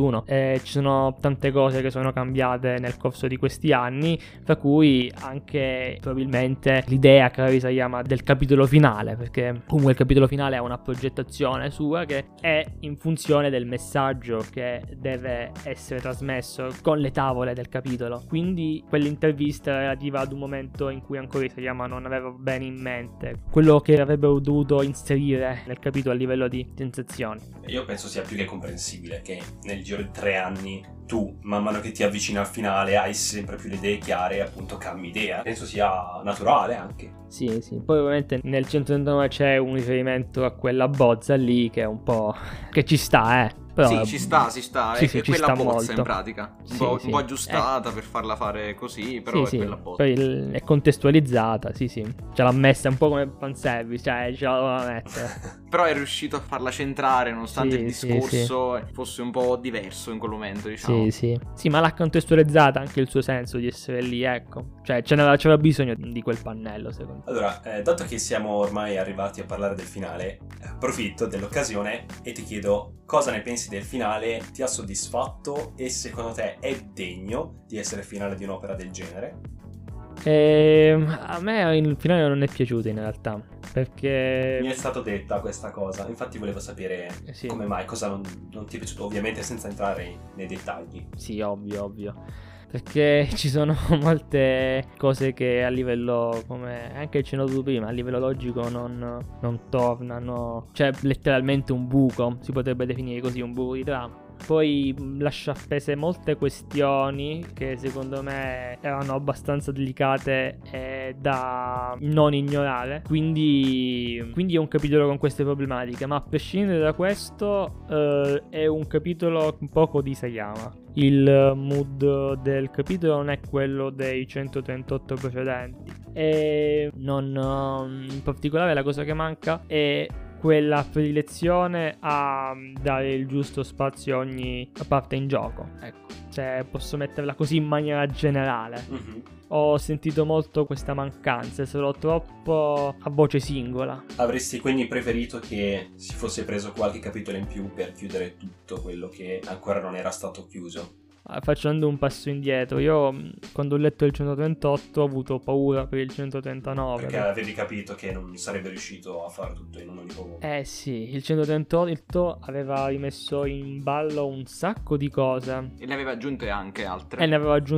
Speaker 2: 2021. Ci sono tante cose che sono cambiate nel corso di questi anni, tra cui anche probabilmente l'idea che aveva Isayama del capitolo finale, perché comunque il capitolo finale ha una progettazione sua che è in funzione del messaggio che deve essere trasmesso con le tavole del capitolo. Quindi quell'intervista relativa ad un momento in cui ancora Isayama non aveva bene in mente quello che avrebbero dovuto inserire nel capitolo a livello di sensazioni.
Speaker 1: Io penso sia più che comprensibile che nel giro di 3 anni tu, man mano che ti avvicini al finale, hai sempre più le idee chiare e appunto cambi idea. Penso sia naturale anche.
Speaker 2: Sì, poi ovviamente nel 139 c'è un riferimento a quella bozza lì che è un po' che ci sta, però
Speaker 4: sì, ci sta,
Speaker 2: sì,
Speaker 4: è
Speaker 2: ci
Speaker 4: quella
Speaker 2: sta
Speaker 4: bozza
Speaker 2: molto.
Speaker 4: in pratica, un po' aggiustata per farla fare così, però è quella bozza.
Speaker 2: Poi è contestualizzata, sì, ce l'ha messa un po' come fanservice, cioè ce la doveva mettere.
Speaker 4: Però è riuscito a farla centrare nonostante il discorso fosse un po' diverso in quel momento, diciamo.
Speaker 2: Sì, ma l'ha contestualizzata anche il suo senso di essere lì, ecco. Cioè c'era bisogno di quel pannello, secondo me.
Speaker 1: Allora, dato che siamo ormai arrivati a parlare del finale, approfitto dell'occasione e ti chiedo cosa ne pensi del finale, ti ha soddisfatto e secondo te è degno di essere il finale di un'opera del genere?
Speaker 2: A me il finale non è piaciuto in realtà, perché
Speaker 1: mi è stato detta questa cosa, infatti volevo sapere come mai, cosa non ti è piaciuto, ovviamente senza entrare nei dettagli.
Speaker 2: Sì, ovvio, perché ci sono molte cose che a livello, come anche accennato prima, a livello logico non tornano, cioè letteralmente un buco, si potrebbe definire così, un buco di trama. Poi lascia appese molte questioni che secondo me erano abbastanza delicate e da non ignorare. Quindi è un capitolo con queste problematiche, ma a prescindere da questo è un capitolo poco di Isayama. Il mood del capitolo non è quello dei 138 precedenti e in particolare la cosa che manca è quella predilezione a dare il giusto spazio a ogni parte in gioco, ecco, cioè posso metterla così in maniera generale. Ho sentito molto questa mancanza, è solo troppo a voce singola.
Speaker 1: Avresti quindi preferito che si fosse preso qualche capitolo in più per chiudere tutto quello che ancora non era stato chiuso?
Speaker 2: Facendo un passo indietro, io quando ho letto il 138 ho avuto paura per il 139.
Speaker 1: Perché avevi capito che non sarebbe riuscito a fare tutto in un unico volume.
Speaker 2: Sì, il 138 aveva rimesso in ballo un sacco di cose.
Speaker 4: E ne aveva aggiunte anche altre.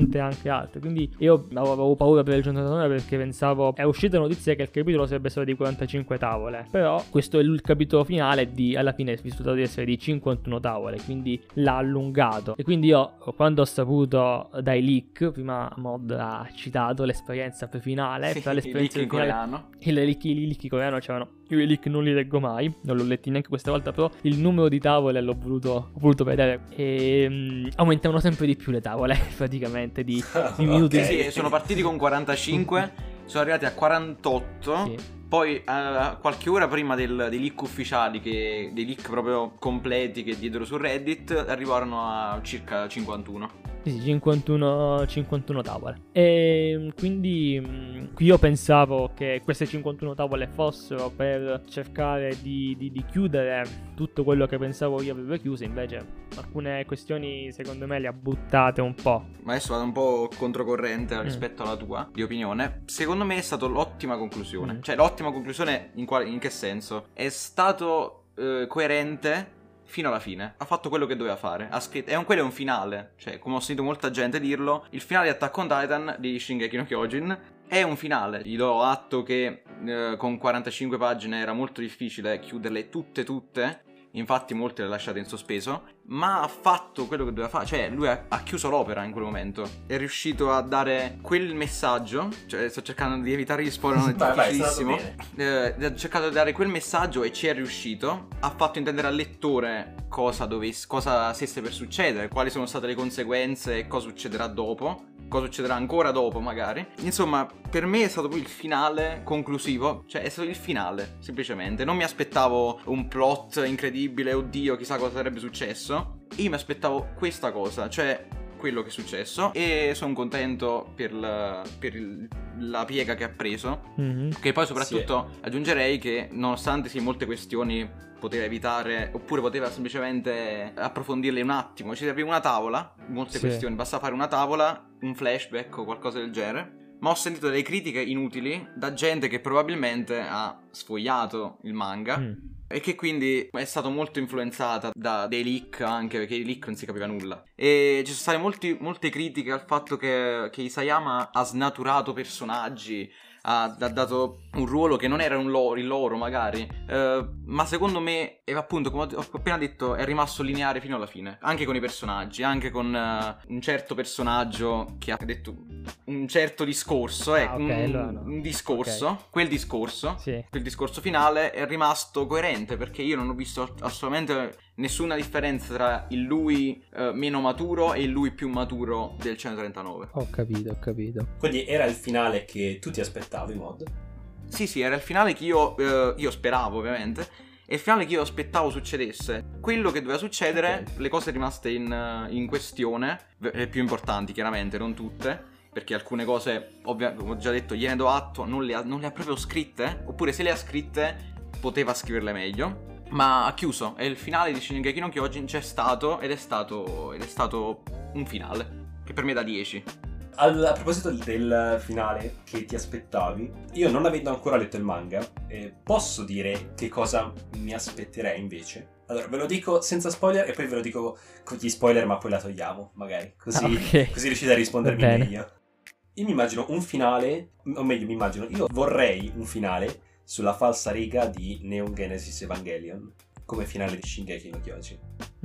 Speaker 2: Quindi io avevo paura per il 139 perché pensavo, è uscita notizia che il capitolo sarebbe stato di 45 tavole. Però questo è il capitolo finale alla fine è risultato di essere di 51 tavole, quindi l'ha allungato. E quindi io, quando ho saputo dai leak, prima Mod ha citato l'esperienza pre-finale,
Speaker 4: sì,
Speaker 2: tra l'esperienza
Speaker 4: coreano.
Speaker 2: I leak coreano c'erano. Io i leak non li leggo mai, non l'ho letti neanche questa volta, però il numero di tavole ho voluto vedere e aumentavano sempre di più le tavole, praticamente di minuti.
Speaker 4: Okay. Sì, sono partiti con 45, sono arrivati a 48. Sì. Poi qualche ora prima dei leak ufficiali, dei leak proprio completi che diedero su Reddit, arrivarono a circa 51.
Speaker 2: Sì, 51 tavole. E quindi io pensavo che queste 51 tavole fossero per cercare di chiudere tutto quello che pensavo io avevo chiuso, invece alcune questioni secondo me le ha buttate un po'. Ma
Speaker 4: adesso vado un po' controcorrente rispetto alla tua di opinione. Secondo me è stata l'ottima conclusione. Cioè l'ottima conclusione in che senso? È stato coerente fino alla fine, ha fatto quello che doveva fare, ha scritto, quello è un finale, cioè come ho sentito molta gente dirlo, il finale di Attack on Titan di Shingeki no Kyojin è un finale. Gli do atto che con 45 pagine era molto difficile chiuderle tutte, infatti molte le ha lasciate in sospeso, ma ha fatto quello che doveva fare, cioè lui ha chiuso l'opera in quel momento, è riuscito a dare quel messaggio, cioè sto cercando di evitare gli spoiler, non è difficilissimo, ha cercato di dare quel messaggio e ci è riuscito, ha fatto intendere al lettore cosa stesse per succedere, quali sono state le conseguenze e cosa succederà dopo, cosa succederà ancora dopo magari. Insomma, per me è stato poi il finale conclusivo, cioè è stato il finale, semplicemente. Non mi aspettavo un plot incredibile, oddio, chissà cosa sarebbe successo. Io mi aspettavo questa cosa, cioè quello che è successo e sono contento per la piega che ha preso. Che poi soprattutto aggiungerei che nonostante sì molte questioni poteva evitare oppure poteva semplicemente approfondirle un attimo, ci serve una tavola, molte questioni, basta fare una tavola, un flashback o qualcosa del genere. Ma ho sentito delle critiche inutili da gente che probabilmente ha sfogliato il manga e che quindi è stato molto influenzata da dei leak, anche perché i leak non si capiva nulla. E ci sono state molte critiche al fatto che Isayama ha snaturato personaggi, ha dato un ruolo che non era il loro magari, ma secondo me, appunto come ho appena detto, è rimasto lineare fino alla fine, anche con i personaggi, anche con un certo personaggio che ha detto un certo discorso, un discorso, quel discorso finale è rimasto coerente, perché io non ho visto assolutamente nessuna differenza tra il lui meno maturo e il lui più maturo del 139.
Speaker 2: Ho capito.
Speaker 1: Quindi era il finale che tu ti aspettavi, Mod?
Speaker 4: Sì, era il finale che io speravo, ovviamente. E il finale che io aspettavo succedesse. Quello che doveva succedere, le cose rimaste in questione, le più importanti chiaramente, non tutte, perché alcune cose, come ho già detto, gliene do atto, non le ha proprio scritte, oppure se le ha scritte poteva scriverle meglio. Ma ha chiuso, e il finale di Shingeki no Kyojin c'è stato ed è stato un finale che per me è da 10.
Speaker 1: A proposito del finale che ti aspettavi, io non avendo ancora letto il manga, posso dire che cosa mi aspetterei invece? Allora, ve lo dico senza spoiler e poi ve lo dico con gli spoiler, ma poi la togliamo, magari, così riuscite a rispondermi meglio. Io mi immagino un finale, o meglio io vorrei un finale sulla falsa riga di Neon Genesis Evangelion come finale di Shingeki no Kyojin.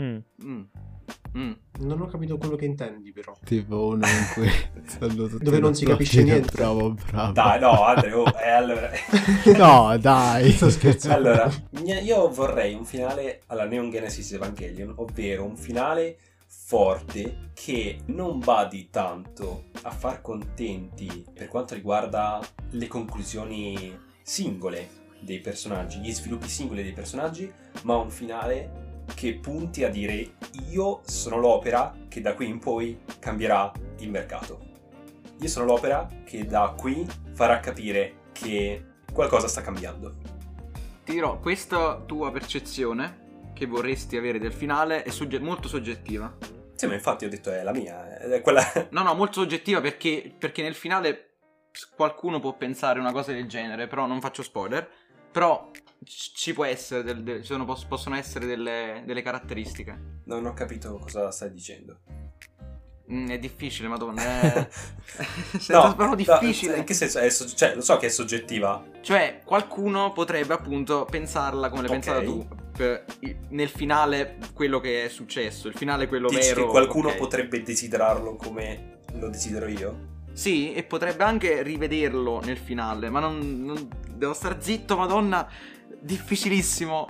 Speaker 3: Non ho capito quello che intendi, però.
Speaker 5: Tipo uno in cui
Speaker 3: dove non si capisce niente.
Speaker 5: Bravo.
Speaker 1: Dai, no, Andrea, allora.
Speaker 5: No, dai,
Speaker 3: sto scherzando.
Speaker 1: Allora, io vorrei un finale alla Neon Genesis Evangelion, ovvero un finale forte che non badi tanto a far contenti per quanto riguarda le conclusioni singole dei personaggi, gli sviluppi singoli dei personaggi, ma un finale che punti a dire: io sono l'opera che da qui in poi cambierà il mercato. Io sono l'opera che da qui farà capire che qualcosa sta cambiando.
Speaker 4: Ti dirò, questa tua percezione che vorresti avere del finale è molto soggettiva.
Speaker 1: Sì, ma infatti ho detto è la mia, è quella.
Speaker 4: No, molto soggettiva perché nel finale qualcuno può pensare una cosa del genere, però non faccio spoiler. Però ci può essere possono essere delle caratteristiche.
Speaker 1: Non ho capito cosa stai dicendo.
Speaker 4: È difficile, madonna. Però difficile.
Speaker 1: No, in che senso? Cioè, lo so che è soggettiva.
Speaker 4: Cioè, qualcuno potrebbe appunto pensarla come l'hai pensata tu. Nel finale, quello che è successo, il finale quello
Speaker 1: Dici
Speaker 4: vero.
Speaker 1: Che qualcuno potrebbe desiderarlo come lo desidero io?
Speaker 4: Sì, e potrebbe anche rivederlo nel finale, ma non devo star zitto, madonna, difficilissimo.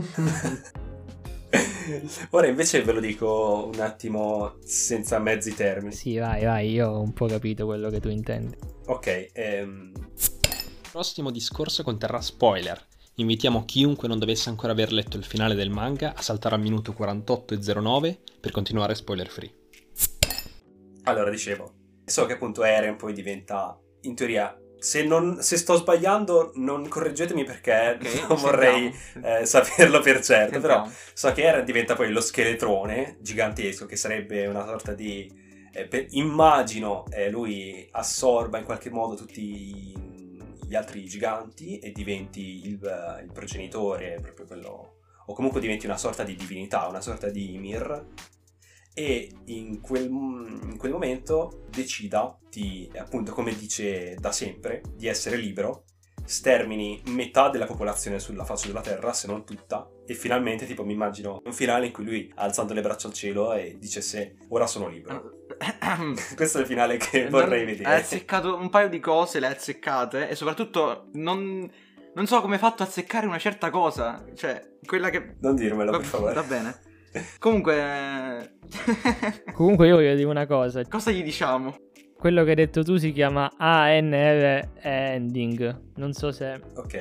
Speaker 1: Ora invece ve lo dico un attimo senza mezzi termini.
Speaker 2: Sì, vai, io ho un po' capito quello che tu intendi.
Speaker 1: Ok,
Speaker 6: Il prossimo discorso conterrà spoiler. Invitiamo chiunque non dovesse ancora aver letto il finale del manga a saltare al minuto 48:09 per continuare spoiler free.
Speaker 1: Allora, dicevo, so che appunto Eren poi diventa, in teoria, se sto sbagliando non correggetemi perché non vorrei saperlo per certo, però so che Eren diventa poi lo scheletrone gigantesco che sarebbe una sorta di immagino lui assorba in qualche modo tutti gli altri giganti e diventi il progenitore, proprio quello, o comunque diventi una sorta di divinità, una sorta di Ymir. E in quel momento decida di, appunto come dice da sempre, di essere libero, stermini metà della popolazione sulla faccia della terra, se non tutta, e finalmente tipo mi immagino un finale in cui lui alzando le braccia al cielo e dice ora sono libero. Questo è il finale che vorrei vedere.
Speaker 4: Hai azzeccato un paio di cose, le hai azzeccate, e soprattutto non so come hai fatto a azzeccare una certa cosa, cioè quella che...
Speaker 1: Non dirmelo per favore.
Speaker 4: Va bene. Comunque
Speaker 2: io voglio dire una cosa.
Speaker 4: Cosa gli diciamo?
Speaker 2: Quello che hai detto tu si chiama ANR ending. Non so se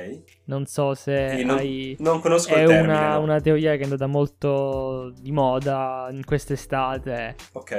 Speaker 1: non conosco il termine.
Speaker 2: È una teoria che è andata molto di moda in quest'estate.
Speaker 1: Ok.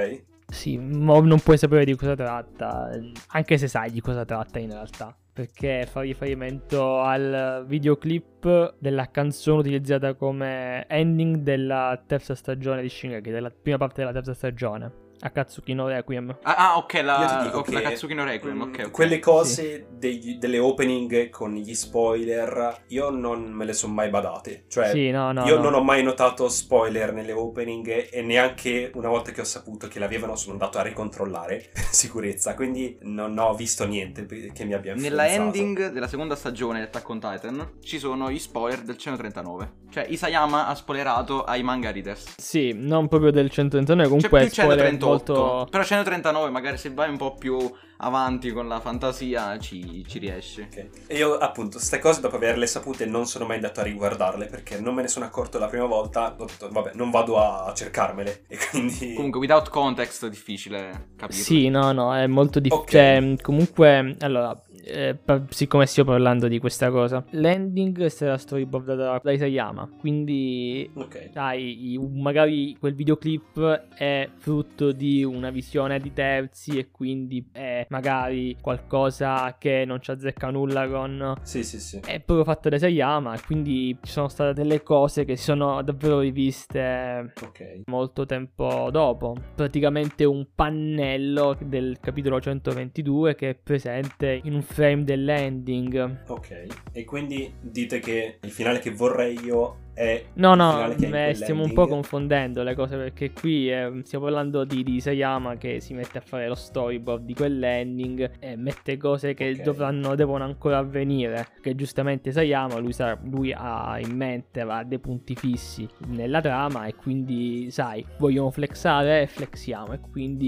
Speaker 2: Sì, ma non puoi sapere di cosa tratta, anche se sai di cosa tratta in realtà, perché fa riferimento al videoclip della canzone utilizzata come ending della terza stagione di Shingeki, della prima parte della terza stagione. Akatsuki no Requiem.
Speaker 4: Ok,
Speaker 1: Io ti
Speaker 4: la
Speaker 1: dico che,
Speaker 4: Akatsuki no Requiem, ok.
Speaker 1: quelle cose delle opening con gli spoiler io non me le sono mai badate, cioè
Speaker 2: Sì,
Speaker 1: io non ho mai notato spoiler nelle opening e neanche una volta che ho saputo che l'avevano sono andato a ricontrollare per sicurezza, quindi non ho visto niente che mi abbia influenzato.
Speaker 4: Nella ending della seconda stagione di Attack on Titan ci sono gli spoiler del 139, cioè Isayama ha spoilerato ai manga readers.
Speaker 2: Sì, non proprio del 139, comunque
Speaker 4: C'è più
Speaker 2: spoiler
Speaker 4: 138,
Speaker 2: molto...
Speaker 4: però 139 magari se vai un po' più avanti con la fantasia ci riesci.
Speaker 1: Okay. E io appunto queste cose dopo averle sapute non sono mai andato a riguardarle perché non me ne sono accorto la prima volta, ho detto vabbè non vado a cercarmele e quindi...
Speaker 4: Comunque without context è difficile capire.
Speaker 2: Sì, no, è molto difficile.
Speaker 1: Okay.
Speaker 2: Comunque, allora, siccome stiamo parlando di questa cosa, l'ending è stata storyboardata da Isayama, quindi
Speaker 1: Ok.
Speaker 2: sai, magari quel videoclip è frutto di una visione di terzi e quindi è magari qualcosa che non ci azzecca nulla con...
Speaker 1: Sì.
Speaker 2: È proprio fatto da Isayama e quindi ci sono state delle cose che si sono davvero riviste
Speaker 1: Ok.
Speaker 2: molto tempo dopo. Praticamente un pannello del capitolo 122 che è presente in un frame dell'ending.
Speaker 1: Ok. E quindi dite che il finale che vorrei io è
Speaker 2: No,
Speaker 1: il finale che è in
Speaker 2: stiamo un
Speaker 1: quell'ending?
Speaker 2: po' confondendo le cose perché qui stiamo parlando di Isayama che si mette a fare lo storyboard di quell'ending e mette cose che
Speaker 1: Ok.
Speaker 2: devono ancora avvenire. Che giustamente Isayama lui ha in mente, ha dei punti fissi nella trama e quindi sai, vogliono flexare e flexiamo e quindi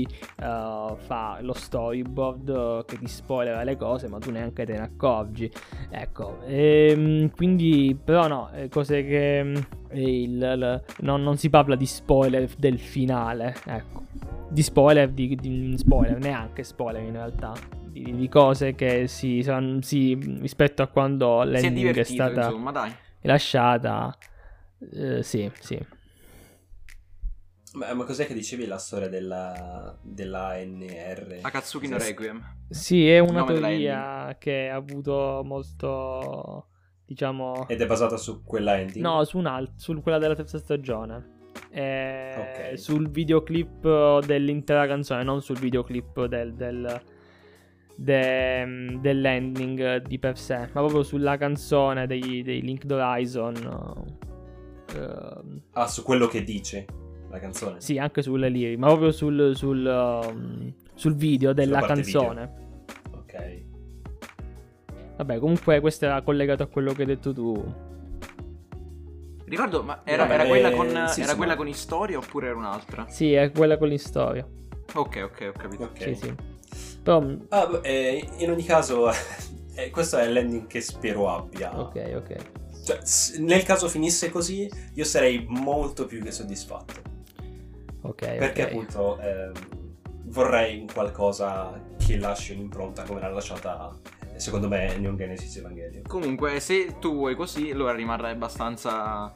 Speaker 2: fa lo storyboard che ti spoilera le cose ma tu neanche te ne accorgi. Ecco, quindi però no, cose che non si parla di spoiler del finale, ecco, di spoiler, di spoiler, neanche spoiler in realtà, di cose che si rispetto a quando
Speaker 4: Si è
Speaker 2: l'ending è
Speaker 4: divertito,
Speaker 2: stata
Speaker 4: insomma, dai.
Speaker 2: lasciata, sì.
Speaker 1: Ma cos'è che dicevi la storia della NR?
Speaker 4: Akatsuki no Requiem.
Speaker 2: Sì, è una
Speaker 4: Nome della
Speaker 2: teoria che ha avuto molto, diciamo...
Speaker 1: Ed è basata su quella ending?
Speaker 2: No, su quella della terza stagione.
Speaker 1: Ok.
Speaker 2: Sul videoclip dell'intera canzone, non sul videoclip dell'ending di per sé, ma proprio sulla canzone dei Linked Horizon.
Speaker 1: Su quello che dice la canzone?
Speaker 2: Sì, anche sulle lyrics, ma proprio sul video della
Speaker 1: parte
Speaker 2: canzone.
Speaker 1: video. Ok.
Speaker 2: Vabbè, comunque questo era collegato a quello che hai detto tu.
Speaker 4: Ricordo, ma era
Speaker 1: Vabbè,
Speaker 4: quella
Speaker 1: sì,
Speaker 4: era
Speaker 1: sì,
Speaker 4: quella
Speaker 1: ma-
Speaker 4: con Istoria oppure era un'altra?
Speaker 2: Sì, è quella con l'istoria.
Speaker 4: Ok, ho capito.
Speaker 1: Ok.
Speaker 2: Sì. Però...
Speaker 1: in ogni caso, questo è l'ending che spero abbia.
Speaker 2: Ok.
Speaker 1: Cioè, nel caso finisse così, io sarei molto più che soddisfatto. Perché appunto vorrei un qualcosa che lasci un'impronta come l'ha lasciata, secondo me, Neon Genesis Evangelion.
Speaker 4: Comunque, se tu vuoi così, allora rimarrai abbastanza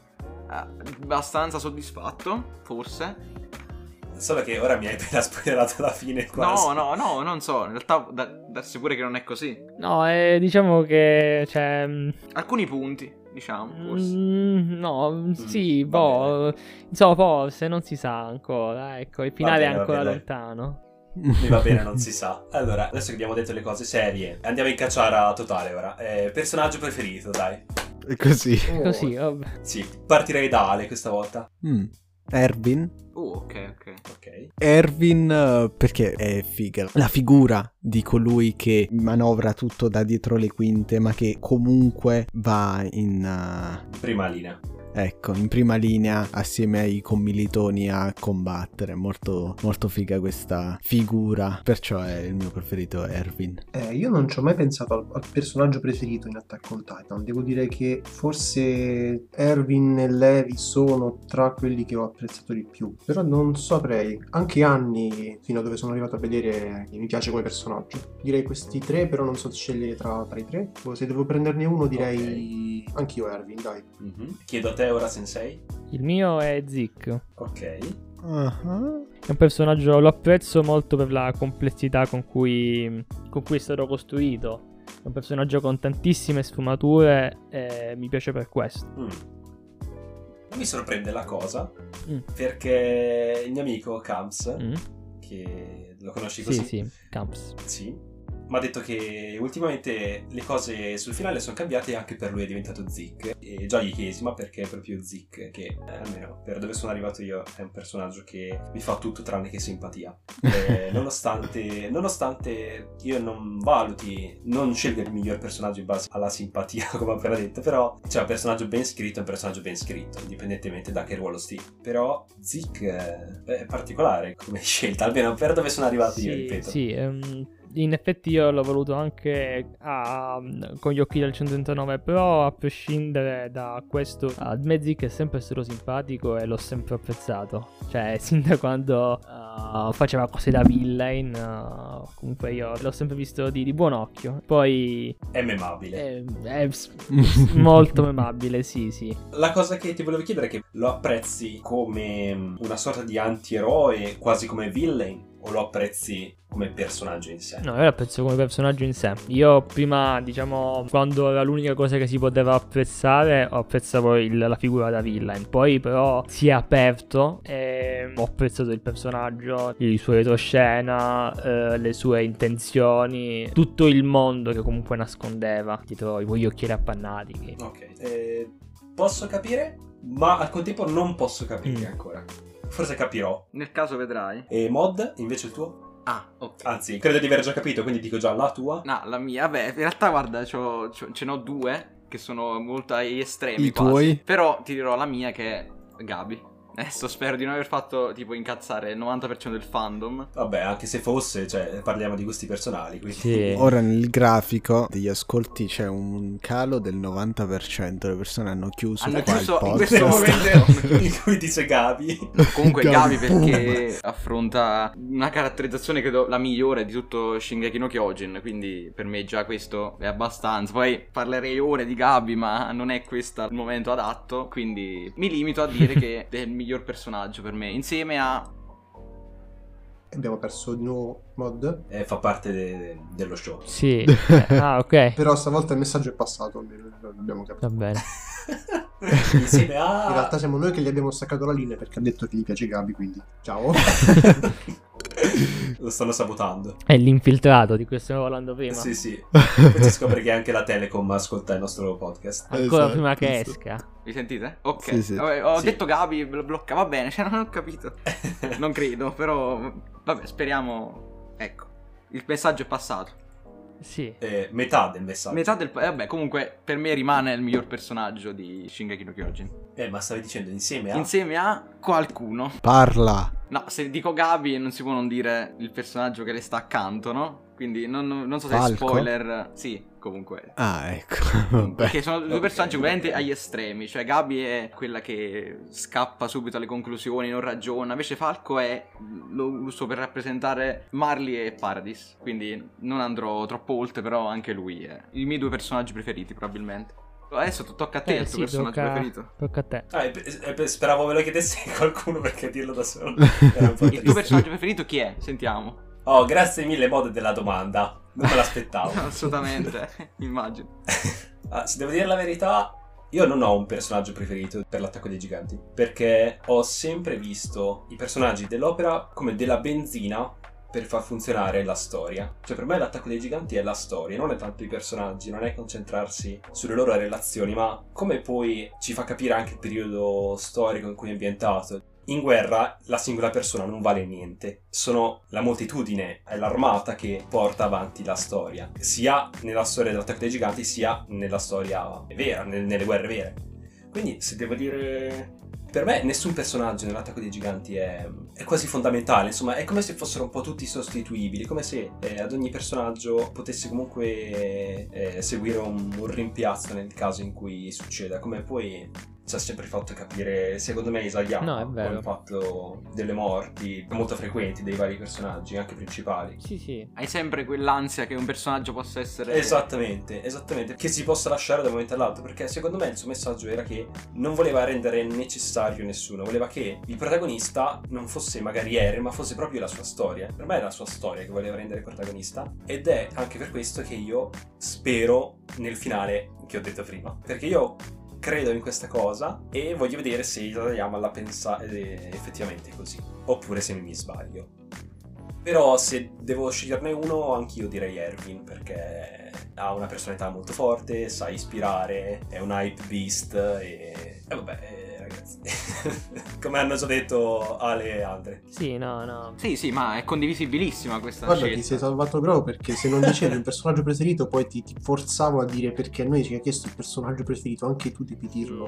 Speaker 4: soddisfatto, forse.
Speaker 1: Solo che ora mi hai appena spoilerato la fine quasi.
Speaker 4: No, non so, in realtà darsi pure che non è così.
Speaker 2: No, diciamo che c'è...
Speaker 4: Alcuni punti, diciamo, forse.
Speaker 2: No, sì,
Speaker 1: va
Speaker 2: insomma, forse non si sa ancora, ecco, il finale
Speaker 1: bene,
Speaker 2: è ancora
Speaker 1: va bene.
Speaker 2: lontano.
Speaker 1: Mi va bene, non si sa. Allora, adesso che abbiamo detto le cose serie, andiamo in cacciara totale ora. Personaggio preferito, dai.
Speaker 5: Così.
Speaker 2: Così, vabbè.
Speaker 1: Sì, partirei da Ale questa volta.
Speaker 5: Erwin.
Speaker 4: Ok.
Speaker 1: Ok.
Speaker 5: Erwin perché è figa. La figura di colui che manovra tutto da dietro le quinte, ma che comunque va in
Speaker 1: Prima linea.
Speaker 5: ecco, in prima linea assieme ai commilitoni a combattere. Molto, molto figa questa figura. Perciò è il mio preferito, Erwin.
Speaker 3: Io non ci ho mai pensato al personaggio preferito in Attack on Titan. Devo dire che forse Erwin e Levi sono tra quelli che ho apprezzato di più. Però non saprei. Anche Annie, fino a dove sono arrivato a vedere, mi piace come personaggio. Direi questi tre, però non so scegliere tra i tre. Se devo prenderne uno direi anch'io Erwin, dai.
Speaker 1: Chiedo a te ora, Sensei.
Speaker 2: Il mio è Zik.
Speaker 1: Ok.
Speaker 5: Uh-huh.
Speaker 2: È un personaggio, lo apprezzo molto per la complessità con cui è stato costruito. È un personaggio con tantissime sfumature e mi piace per questo.
Speaker 1: Non mi sorprende la cosa,
Speaker 2: Mm.
Speaker 1: perché il mio amico Camps,
Speaker 2: Mm.
Speaker 1: che lo conosci così?
Speaker 2: Sì, Camps.
Speaker 1: Sì. Mi ha detto che ultimamente le cose sul finale sono cambiate e anche per lui è diventato Zik. E già gli chiesi, ma perché è proprio Zik? Che almeno per dove sono arrivato io è un personaggio che mi fa tutto tranne che simpatia. Nonostante io non scelga il miglior personaggio in base alla simpatia, come ho appena detto, però c'è un personaggio ben scritto e un personaggio ben scritto, indipendentemente da che ruolo stia. Però Zik è particolare come scelta, almeno per dove sono arrivato io, ripeto.
Speaker 2: Sì, in effetti io l'ho voluto anche con gli occhi del 139, però a prescindere da questo, a me Zik è sempre stato simpatico e l'ho sempre apprezzato. Cioè, sin da quando faceva cose da villain, comunque io l'ho sempre visto di buon occhio. Poi
Speaker 1: È memabile.
Speaker 2: è molto memabile, sì.
Speaker 1: La cosa che ti volevo chiedere è che lo apprezzi come una sorta di antieroe, quasi come villain, o lo apprezzi come personaggio in sé?
Speaker 2: No, io l'apprezzo come personaggio in sé. Io prima, diciamo, quando era l'unica cosa che si poteva apprezzare, apprezzavo la figura da villain. Poi però si è aperto e ho apprezzato il personaggio, il suo retroscena, le sue intenzioni, tutto il mondo che comunque nascondeva dietro i quegli occhiali appannati.
Speaker 1: Ok, posso capire, ma al contempo non posso capire ancora. Forse capirò.
Speaker 4: Nel caso vedrai.
Speaker 1: E Mod, invece il tuo?
Speaker 4: Ah, ok.
Speaker 1: Anzi, credo di aver già capito, quindi dico già la tua.
Speaker 4: No, la mia, vabbè, in realtà guarda, ce n'ho due che sono molto agli estremi
Speaker 5: I
Speaker 4: quasi.
Speaker 5: tuoi?
Speaker 4: Però ti dirò la mia che è Gabi. Adesso spero di non aver fatto tipo incazzare il 90% del fandom.
Speaker 1: Vabbè, anche se fosse, cioè, parliamo di gusti personali, quindi...
Speaker 2: Sì.
Speaker 5: Ora nel grafico degli ascolti c'è un calo del 90%. Le persone hanno chiuso
Speaker 4: Hanno
Speaker 5: qua
Speaker 4: chiuso
Speaker 5: il
Speaker 4: in questo
Speaker 5: podcast.
Speaker 4: momento.
Speaker 1: in cui dice Gabi.
Speaker 4: Comunque Gabi
Speaker 5: Gabi.
Speaker 4: perché affronta una caratterizzazione credo la migliore di tutto Shingeki no Kyojin, quindi per me già questo è abbastanza. Poi parlerei ore di Gabi, ma non è questo il momento adatto, quindi mi limito a dire che è il miglior personaggio per me, insieme a...
Speaker 3: Abbiamo perso di nuovo Mod,
Speaker 1: Fa parte dello show.
Speaker 2: Sì. Ok.
Speaker 3: però stavolta il messaggio è passato, abbiamo capito.
Speaker 2: Va bene.
Speaker 1: Insieme a...
Speaker 3: In realtà siamo noi che gli abbiamo staccato la linea perché ha detto che gli piace Gabi, quindi ciao.
Speaker 1: Lo stanno sabotando.
Speaker 2: È l'infiltrato di cui stiamo parlando prima.
Speaker 1: Sì. Poi si scopre che anche la Telecom ascolta il nostro podcast.
Speaker 2: Ancora
Speaker 5: Esatto,
Speaker 2: prima che
Speaker 5: giusto.
Speaker 2: esca.
Speaker 4: Mi sentite? Ok.
Speaker 5: Sì, sì.
Speaker 4: Vabbè, ho
Speaker 1: Sì.
Speaker 4: detto Gabi blocca, va bene, cioè non ho capito. Non credo, però vabbè, speriamo. Ecco, il messaggio è passato.
Speaker 2: Sì.
Speaker 1: Metà del messaggio.
Speaker 4: Metà del... vabbè, comunque per me rimane il miglior personaggio di Shingeki no Kyojin.
Speaker 1: Ma stavi dicendo insieme a...
Speaker 4: Insieme a qualcuno.
Speaker 5: Parla.
Speaker 4: No, se dico Gabi non si può non dire il personaggio che le sta accanto, no? Quindi non so se è
Speaker 5: Falco?
Speaker 4: spoiler. Sì, comunque.
Speaker 5: Ah, ecco. Vabbè.
Speaker 4: Perché sono due
Speaker 1: Ok,
Speaker 4: personaggi
Speaker 1: vabbè.
Speaker 4: ovviamente agli estremi. Cioè Gabi è quella che scappa subito alle conclusioni, non ragiona. Invece Falco è lo uso per rappresentare Marley e Paradis. Quindi non andrò troppo oltre, però anche lui è i miei due personaggi preferiti probabilmente. Adesso tocca a te il tuo
Speaker 2: Sì,
Speaker 4: personaggio preferito.
Speaker 2: tocca a te.
Speaker 1: Speravo ve lo chiedesse qualcuno perché dirlo da solo era un po'
Speaker 4: Il tuo
Speaker 1: triste.
Speaker 4: personaggio preferito chi è? Sentiamo.
Speaker 1: Oh, grazie mille Mod della domanda. Non me l'aspettavo.
Speaker 4: Assolutamente, immagino.
Speaker 1: Se devo dire la verità, io non ho un personaggio preferito per l'Attacco dei Giganti, perché ho sempre visto i personaggi dell'opera come della benzina per far funzionare la storia. Cioè per me l'Attacco dei Giganti è la storia, non è tanto i personaggi, non è concentrarsi sulle loro relazioni, ma come poi ci fa capire anche il periodo storico in cui è ambientato. In guerra la singola persona non vale niente, sono la moltitudine, è l'armata che porta avanti la storia, sia nella storia dell'Attacco dei Giganti sia nella storia vera, nelle guerre vere. Quindi se devo dire... Per me nessun personaggio nell'Attacco dei Giganti è quasi fondamentale, insomma è come se fossero un po' tutti sostituibili, come se ad ogni personaggio potesse comunque seguire un rimpiazzo nel caso in cui succeda, come poi ci ha sempre fatto capire, secondo me, Isayama,
Speaker 2: No, è vero.
Speaker 1: con il fatto delle morti molto frequenti dei vari personaggi, anche principali.
Speaker 2: Sì.
Speaker 4: Hai sempre quell'ansia che un personaggio possa essere...
Speaker 1: Esattamente, che si possa lasciare da un momento all'altro, perché secondo me il suo messaggio era che non voleva rendere necessario nessuno, voleva che il protagonista non fosse magari Eren, ma fosse proprio la sua storia. Per me è la sua storia che voleva rendere protagonista, ed è anche per questo che io spero nel finale che ho detto prima, perché io credo in questa cosa e voglio vedere se Isayama la pensa effettivamente così, oppure se mi sbaglio. Però se devo sceglierne uno, anch'io direi Erwin, perché ha una personalità molto forte, sa ispirare, è un hype beast e vabbè, ragazzi, come hanno già detto Ale e Andre.
Speaker 2: Sì, no.
Speaker 4: Sì, ma è condivisibilissima questa
Speaker 3: Guarda,
Speaker 4: scelta.
Speaker 3: ti sei salvato proprio perché se non dicevi un personaggio preferito poi ti forzavo a dire, perché a noi ci hai chiesto il personaggio preferito, anche tu devi dirlo.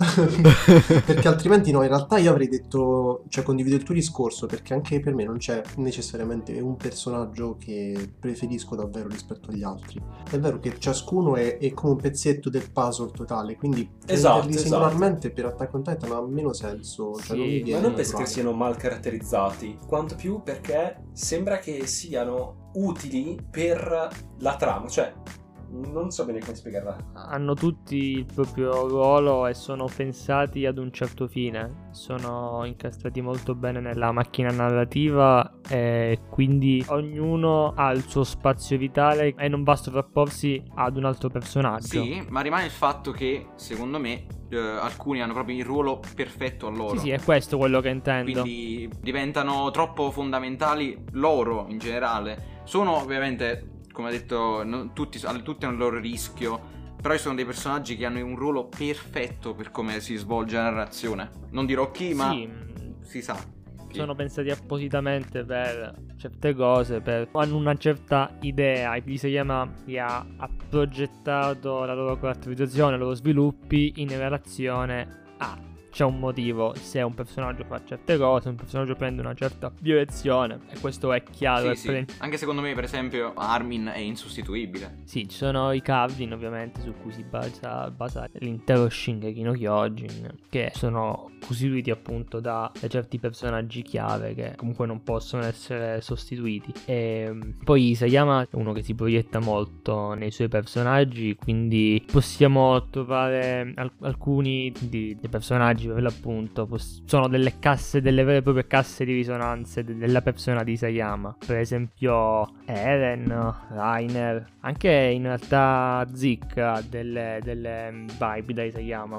Speaker 3: Perché altrimenti no, in realtà io avrei detto, cioè condivido il tuo discorso, perché anche per me non c'è necessariamente un personaggio che preferisco davvero rispetto agli altri. È vero che ciascuno è come un pezzetto del puzzle totale, quindi prenderli singolarmente per Attack on Titan ha meno senso, cioè
Speaker 2: Sì,
Speaker 3: non mi
Speaker 1: Ma
Speaker 3: viene
Speaker 1: non perché
Speaker 3: naturale.
Speaker 1: siano mal caratterizzati, quanto più perché sembra che siano utili per la trama, cioè non so bene come spiegarla.
Speaker 2: Hanno tutti il proprio ruolo e sono pensati ad un certo fine. Sono incastrati molto bene nella macchina narrativa e quindi ognuno ha il suo spazio vitale e non va a sovrapporsi ad un altro personaggio.
Speaker 4: Sì, ma rimane il fatto che, secondo me, alcuni hanno proprio il ruolo perfetto a loro.
Speaker 2: Sì, è questo quello che intendo.
Speaker 4: Quindi diventano troppo fondamentali loro in generale. Sono ovviamente, come ha detto, tutti hanno il loro rischio, però ci sono dei personaggi che hanno un ruolo perfetto per come si svolge la narrazione. Non dirò chi, ma
Speaker 2: Sì,
Speaker 4: si sa.
Speaker 2: sono pensati appositamente per certe cose, hanno una certa idea. Isayama ha progettato la loro caratterizzazione, i loro sviluppi in relazione a... C'è un motivo se un personaggio fa certe cose, un personaggio prende una certa direzione, e questo è chiaro.
Speaker 4: Sì. Anche secondo me, per esempio, Armin è insostituibile.
Speaker 2: Sì, ci sono i Kavdin ovviamente su cui si basa l'intero Shingeki no Kyojin, che sono costituiti appunto da certi personaggi chiave che comunque non possono essere sostituiti. E poi Isayama è uno che si proietta molto nei suoi personaggi, quindi possiamo trovare alcuni dei personaggi per l'appunto sono delle casse, delle vere e proprie casse di risonanze della persona di Isayama. Per esempio Eren, Reiner, anche in realtà Zik ha delle vibe da Isayama.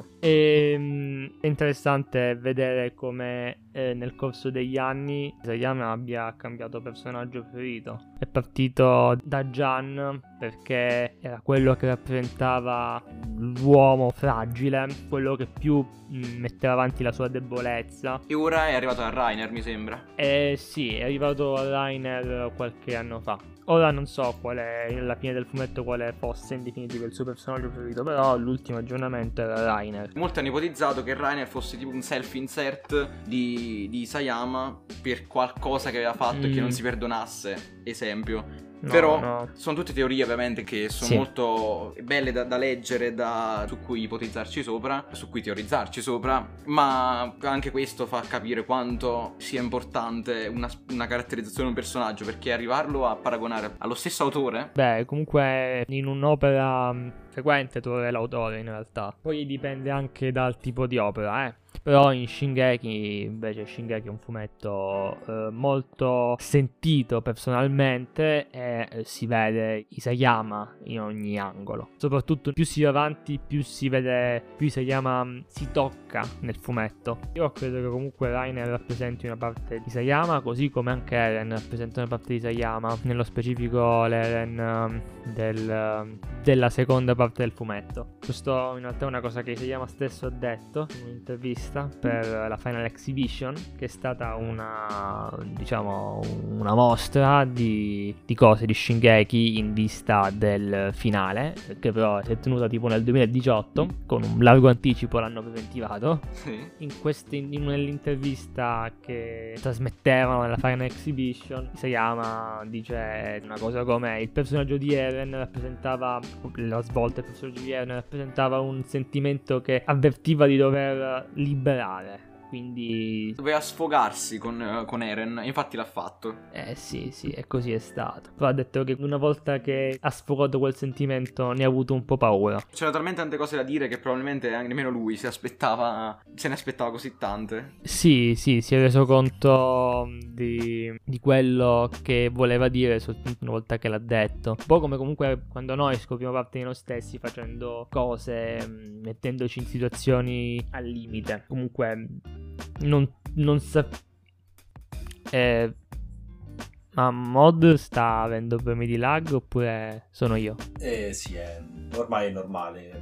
Speaker 2: E è interessante vedere come nel corso degli anni Isayama abbia cambiato personaggio preferito. È partito da Jan perché era quello che rappresentava l'uomo fragile, quello che più metteva avanti la sua debolezza.
Speaker 4: E ora è arrivato a Reiner, mi sembra.
Speaker 2: Sì, è arrivato a Reiner qualche anno fa. Ora non so alla fine del fumetto quale fosse in definitivo il suo personaggio preferito, però l'ultimo aggiornamento era Reiner.
Speaker 4: Molti hanno ipotizzato che Reiner fosse tipo un self-insert di Isayama per qualcosa che aveva fatto e che non si perdonasse, esempio.
Speaker 2: No,
Speaker 4: Però
Speaker 2: no.
Speaker 4: sono tutte teorie ovviamente che sono
Speaker 2: Sì.
Speaker 4: molto belle da leggere, su cui ipotizzarci sopra, su cui teorizzarci sopra, ma anche questo fa capire quanto sia importante una caratterizzazione di un personaggio, perché arrivarlo a paragonare allo stesso autore...
Speaker 2: Beh, comunque in un'opera frequente trovare l'autore in realtà. Poi dipende anche dal tipo di opera, Però in Shingeki, invece, Shingeki è un fumetto molto sentito personalmente e si vede Isayama in ogni angolo. Soprattutto più si va avanti, più si vede, più Isayama si tocca nel fumetto. Io credo che comunque Reiner rappresenti una parte di Isayama, così come anche Eren rappresenta una parte di Isayama, nello specifico l'Eren della seconda parte del fumetto. Questo in realtà è una cosa che Isayama stesso ha detto in un'intervista per la Final Exhibition, che è stata una mostra di cose di Shingeki in vista del finale, che però si è tenuta tipo nel 2018 con un largo anticipo, l'hanno preventivato.
Speaker 4: Sì.
Speaker 2: Nell'intervista che trasmettevano nella Final Exhibition, Isayama dice una cosa come: il personaggio di Eren rappresentava la svolta volte il professor Julier rappresentava un sentimento che avvertiva di dover liberare. Quindi
Speaker 4: doveva sfogarsi con Eren, infatti l'ha fatto.
Speaker 2: sì, e così è stato. Però ha detto che una volta che ha sfogato quel sentimento ne ha avuto un po' paura.
Speaker 4: C'erano talmente tante cose da dire che probabilmente nemmeno lui se ne aspettava così tante.
Speaker 2: Sì, si è reso conto di quello che voleva dire soltanto una volta che l'ha detto. Un po' come comunque quando noi scopriamo parte di noi stessi facendo cose, mettendoci in situazioni al limite. Comunque non sa... ma Mod sta avendo problemi di lag oppure sono io?
Speaker 1: Sì, ormai è normale.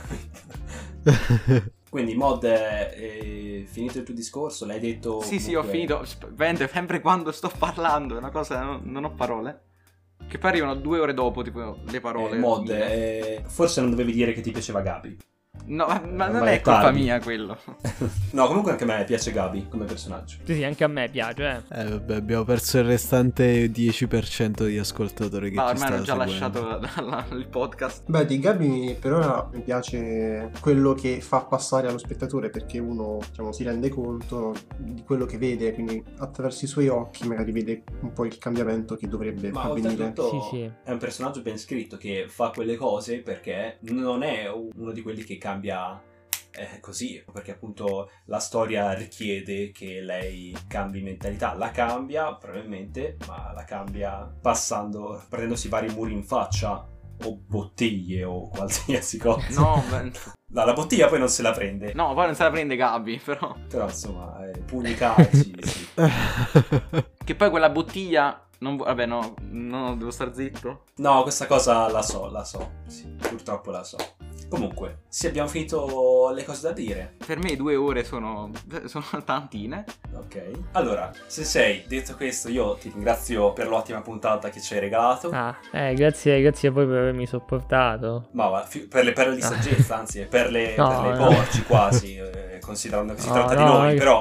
Speaker 1: Quindi Mod, è finito il tuo discorso? L'hai detto?
Speaker 4: Sì,
Speaker 1: comunque...
Speaker 4: ho finito. Sempre quando sto parlando è una cosa, non ho parole. Che poi arrivano 2 ore dopo, tipo, le parole.
Speaker 1: Mod, forse non dovevi dire che ti piaceva Gabi.
Speaker 4: No, ma non è colpa mia quello.
Speaker 1: No, comunque anche a me piace Gabi come personaggio.
Speaker 2: Sì, anche a me piace.
Speaker 5: Vabbè, abbiamo perso il restante 10% di ascoltatori che ci
Speaker 4: ormai
Speaker 5: stanno
Speaker 4: hanno già
Speaker 5: seguendo.
Speaker 4: lasciato il podcast.
Speaker 3: Beh, di Gabi per ora mi piace quello che fa passare allo spettatore, perché uno, diciamo, si rende conto di quello che vede, quindi attraverso i suoi occhi magari vede un po' il cambiamento che dovrebbe avvenire.
Speaker 2: Sì.
Speaker 1: È un personaggio ben scritto che fa quelle cose perché non è uno di quelli che cambia così, perché appunto la storia richiede che lei cambi mentalità. La cambia probabilmente, ma la cambia prendendosi vari muri in faccia o bottiglie o qualsiasi cosa.
Speaker 4: No,
Speaker 1: la bottiglia poi non se la prende.
Speaker 4: No, poi non se la prende Gabi, però
Speaker 1: Insomma, pugni calci. Sì.
Speaker 4: Che poi quella bottiglia vabbè, no, devo star zitto.
Speaker 1: No, questa cosa la so. Sì, purtroppo la so. Comunque, sì, abbiamo finito le cose da dire.
Speaker 4: Per me 2 ore sono tantine.
Speaker 1: Ok. Allora, Sensei, detto questo, io ti ringrazio per l'ottima puntata che ci hai regalato.
Speaker 2: Grazie a voi per avermi sopportato.
Speaker 1: Ma per le perle di saggezza, anzi, per le porci quasi, considerando che si tratta di noi, però...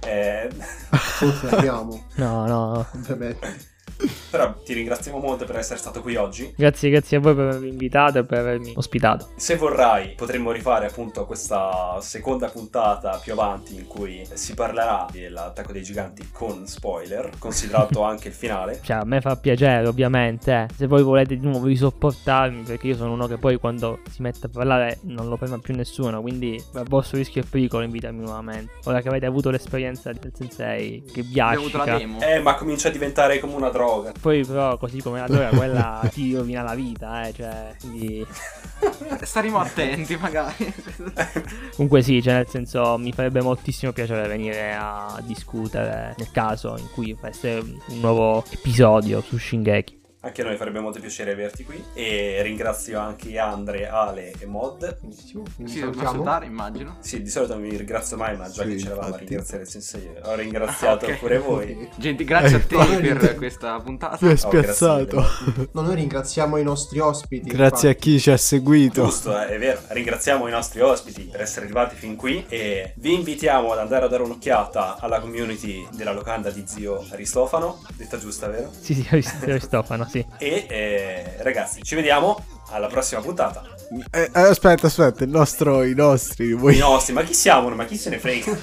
Speaker 3: Confermiamo.
Speaker 2: No.
Speaker 3: Ovviamente.
Speaker 1: Però ti ringraziamo molto per essere stato qui oggi.
Speaker 2: Grazie a voi per avermi invitato e per avermi ospitato.
Speaker 1: Se vorrai potremmo rifare appunto questa seconda puntata più avanti in cui si parlerà dell'attacco dei giganti con spoiler, considerato anche il finale.
Speaker 2: Cioè, a me fa piacere ovviamente. Se voi volete di nuovo sopportarmi, perché io sono uno che poi quando si mette a parlare non lo ferma più nessuno, quindi a vostro rischio e pericolo invitarmi nuovamente. Ora che avete avuto l'esperienza del Sensei che vi
Speaker 4: Abbiamo avuto la demo.
Speaker 1: Ma comincia a diventare come una droga.
Speaker 2: Poi però così come la droga quella ti rovina la vita, cioè, quindi...
Speaker 4: Staremo attenti magari.
Speaker 2: Comunque sì, cioè nel senso mi farebbe moltissimo piacere venire a discutere nel caso in cui facesse un nuovo episodio su Shingeki.
Speaker 1: Anche a noi farebbe molto piacere averti qui. E ringrazio anche Andre, Ale e Mod.
Speaker 4: Sì, dobbiamo salutare, immagino.
Speaker 1: Sì, di solito non mi ringrazio mai, ma già
Speaker 5: Sì,
Speaker 1: che c'eravamo a
Speaker 5: infatti.
Speaker 1: ringraziare il Sensei, ho ringraziato pure voi.
Speaker 4: Gente, grazie a te per questa puntata.
Speaker 5: Mi hai
Speaker 1: grazie
Speaker 5: spiazzato.
Speaker 1: mille.
Speaker 3: No, noi ringraziamo i nostri ospiti.
Speaker 5: Grazie a chi ci ha seguito.
Speaker 1: Giusto, è vero. Ringraziamo i nostri ospiti per essere arrivati fin qui e vi invitiamo ad andare a dare un'occhiata alla community della locanda di zio Aristofano. Detta giusta, vero?
Speaker 2: Sì, Aristofano, sì.
Speaker 1: E ragazzi, ci vediamo alla prossima puntata.
Speaker 5: Aspetta, i nostri.
Speaker 1: I nostri, ma chi siamo? Ma chi se ne frega?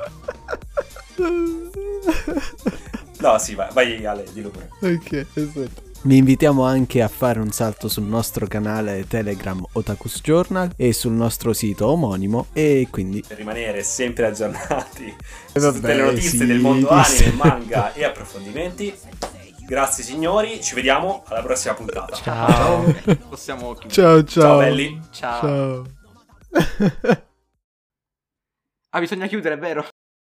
Speaker 1: No, sì, vai Ale, dillo pure.
Speaker 5: Ok, aspetta. Vi invitiamo anche a fare un salto sul nostro canale Telegram Otakus Journal e sul nostro sito omonimo, e quindi
Speaker 1: Per rimanere sempre aggiornati su
Speaker 5: vabbè,
Speaker 1: tutte le notizie
Speaker 5: sì,
Speaker 1: del mondo
Speaker 5: sì.
Speaker 1: anime, manga e approfondimenti. Grazie signori, ci vediamo alla prossima puntata.
Speaker 2: Ciao.
Speaker 4: Possiamo chiudere.
Speaker 5: ciao.
Speaker 1: Ciao belli.
Speaker 4: Ciao.
Speaker 5: Ciao.
Speaker 4: Bisogna chiudere, è vero?